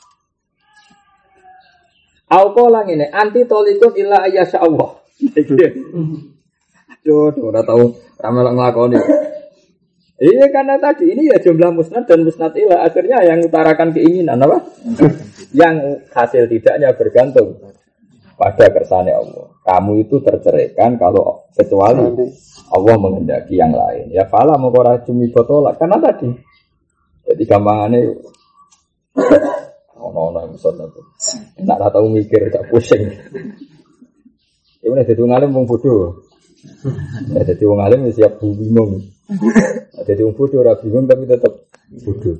Auqala ngene anti tolikun illa ayyasha Allah. Duh, ora tau ramelok nglakoni. Iya karena tadi ini ya jumlah musnad dan musnad ilah akhirnya yang utarakan keinginan apa? Yang hasil tidaknya bergantung pada kersane Allah. Kamu itu terceraikan kalau kecuali Allah menghendaki yang lain. Ya fala mengkora jumi botolak karena tadi. Jadi gampangannya ono-ono yang son itu. Nak tahu mikir gak pusing. Iku nek dadi wong alim wong bodho. Nek dadi wong alim wis siap bingung. Dadi wong bodho ora bingung tapi tetep bodho.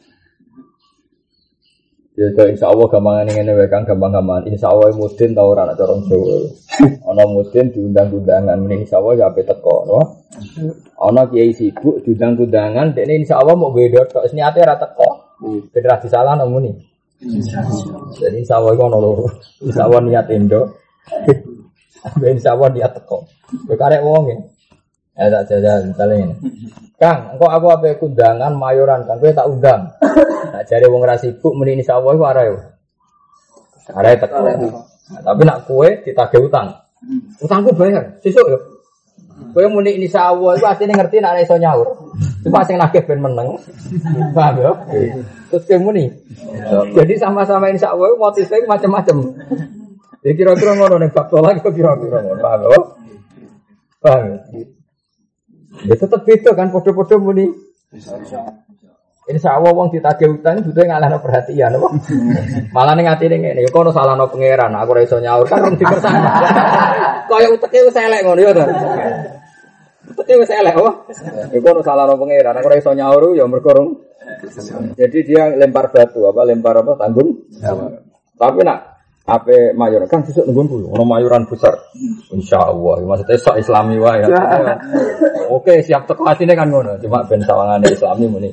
Ya kok insyaallah gampangan ngene wae Kang gampang-gampang. Insyaallah mudin ta ora ana cara Jawa. Ana mudin diundang-undangan meneh insyaallah ya ape teko, no. Ana kiai sibuk diundang-undangan dekne insyaallah mau beda tok niate ora teko. Bener disalah nemuni. Jadi insyaallah iku ono loro. Insyaallah niat endo. Ben insyaallah niat teko. Yo karek wong e. Ya tak jajan misalnya ini. Kang, engko aku ape kundangan mayoran Kang, kowe tak undang. Nah jare wong ra sibuk muni insyaallah iku arek. Arek teko. Tapi nak kowe ditagih utang. Utangku bayar, sesuk yo. Kowe muni insyaallah iku asline ngerti nek iso nyaur. Cuma sing nagih ben meneng. Paham yo? Terus kowe muni. Jadi sama-sama insyaallah motifnya macam-macam. Ya kira-kira ngono ning bab tolak kira-kira ngono. Paham yo? Paham. Ya tetep beda kan podo-podo muni. Insyaallah wong ditagih utang butuh ngalahno perhatian apa. Malah ning atine ngene ya kono salahno pangeran aku ora iso nyaur kan rung dikersakno. Kaya uteke wis elek ngono ya to. Uteke wis elek apa? Ya kono salahno pangeran aku ora iso nyaur ya mergo rung. Jadi dia lempar batu apa lempar apa tanggung. Tapi nak ape mayor kan sesuk nunggu dulu ono mayoran besar insyaallah maksudnya sak islami wae ya. Oke siap teko atine kan ngono cuma ben sawangane islami muni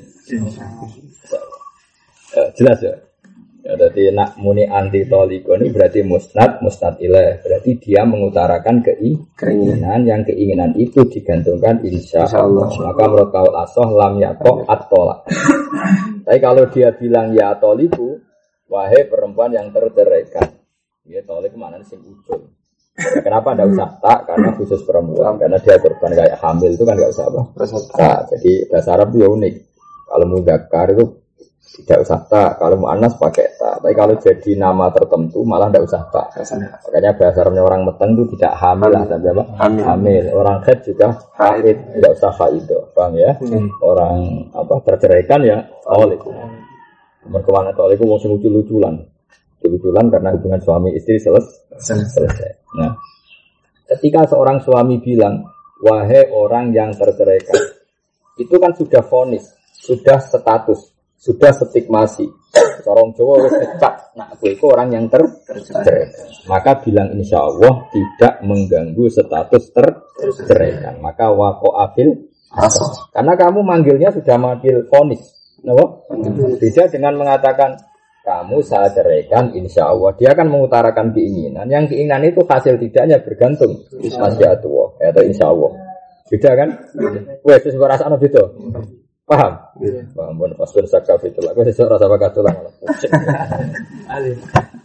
ya, jelas ya ya dadi nak muni anti tolikon ini berarti musnad musnad ilaih berarti dia mengutarakan keinginan yang keinginan itu digantungkan insyaallah maka menurut kaul asoh lam yaqo at-tolak. Tapi kalau dia bilang ya toliku wahai perempuan yang terceraikan. Ya tolak kemana sing ujung. Kenapa tidak usah tak? Karena khusus perempuan. Karena dia korban kayak hamil itu kan nggak usah apa. Nah, jadi bahasa Arab itu unik. Kalau mudzakkar itu tidak usah tak. Kalau muannas pakai tak. Tapi kalau jadi nama tertentu malah tidak usah tak. Makanya bahasa Arabnya orang meteng itu tidak hamil lah. Tapi apa? Hamil. hamil. Orang haid juga haid. Tidak usah haidah. Paham ya? Hmm. Orang apa terceraikan ya tolak. Merkemana tolak itu mau lucu-luculan. Luculan karena hubungan suami istri selesai. selesai. Nah, ketika seorang suami bilang, wahai orang yang terceraikan, itu kan sudah vonis, sudah status, sudah stigmasi. Seorang Jawa wis kecap, nah aku itu orang yang terceraikan. Maka bilang insya Allah tidak mengganggu status terceraikan. Maka waqo afil asas. Karena kamu manggilnya sudah manggil vonis. Napa? Beda dengan mengatakan kamu saya ceraikan insya Allah. Dia akan mengutarakan keinginan. Yang keinginan itu hasil tidaknya bergantung masyiatullah atau insya Allah. Beda kan? Wes wis ngrasakno beda. Paham? Paham. Bon pas ben sakaf itu lah. Wis ora rasa bakal tulang.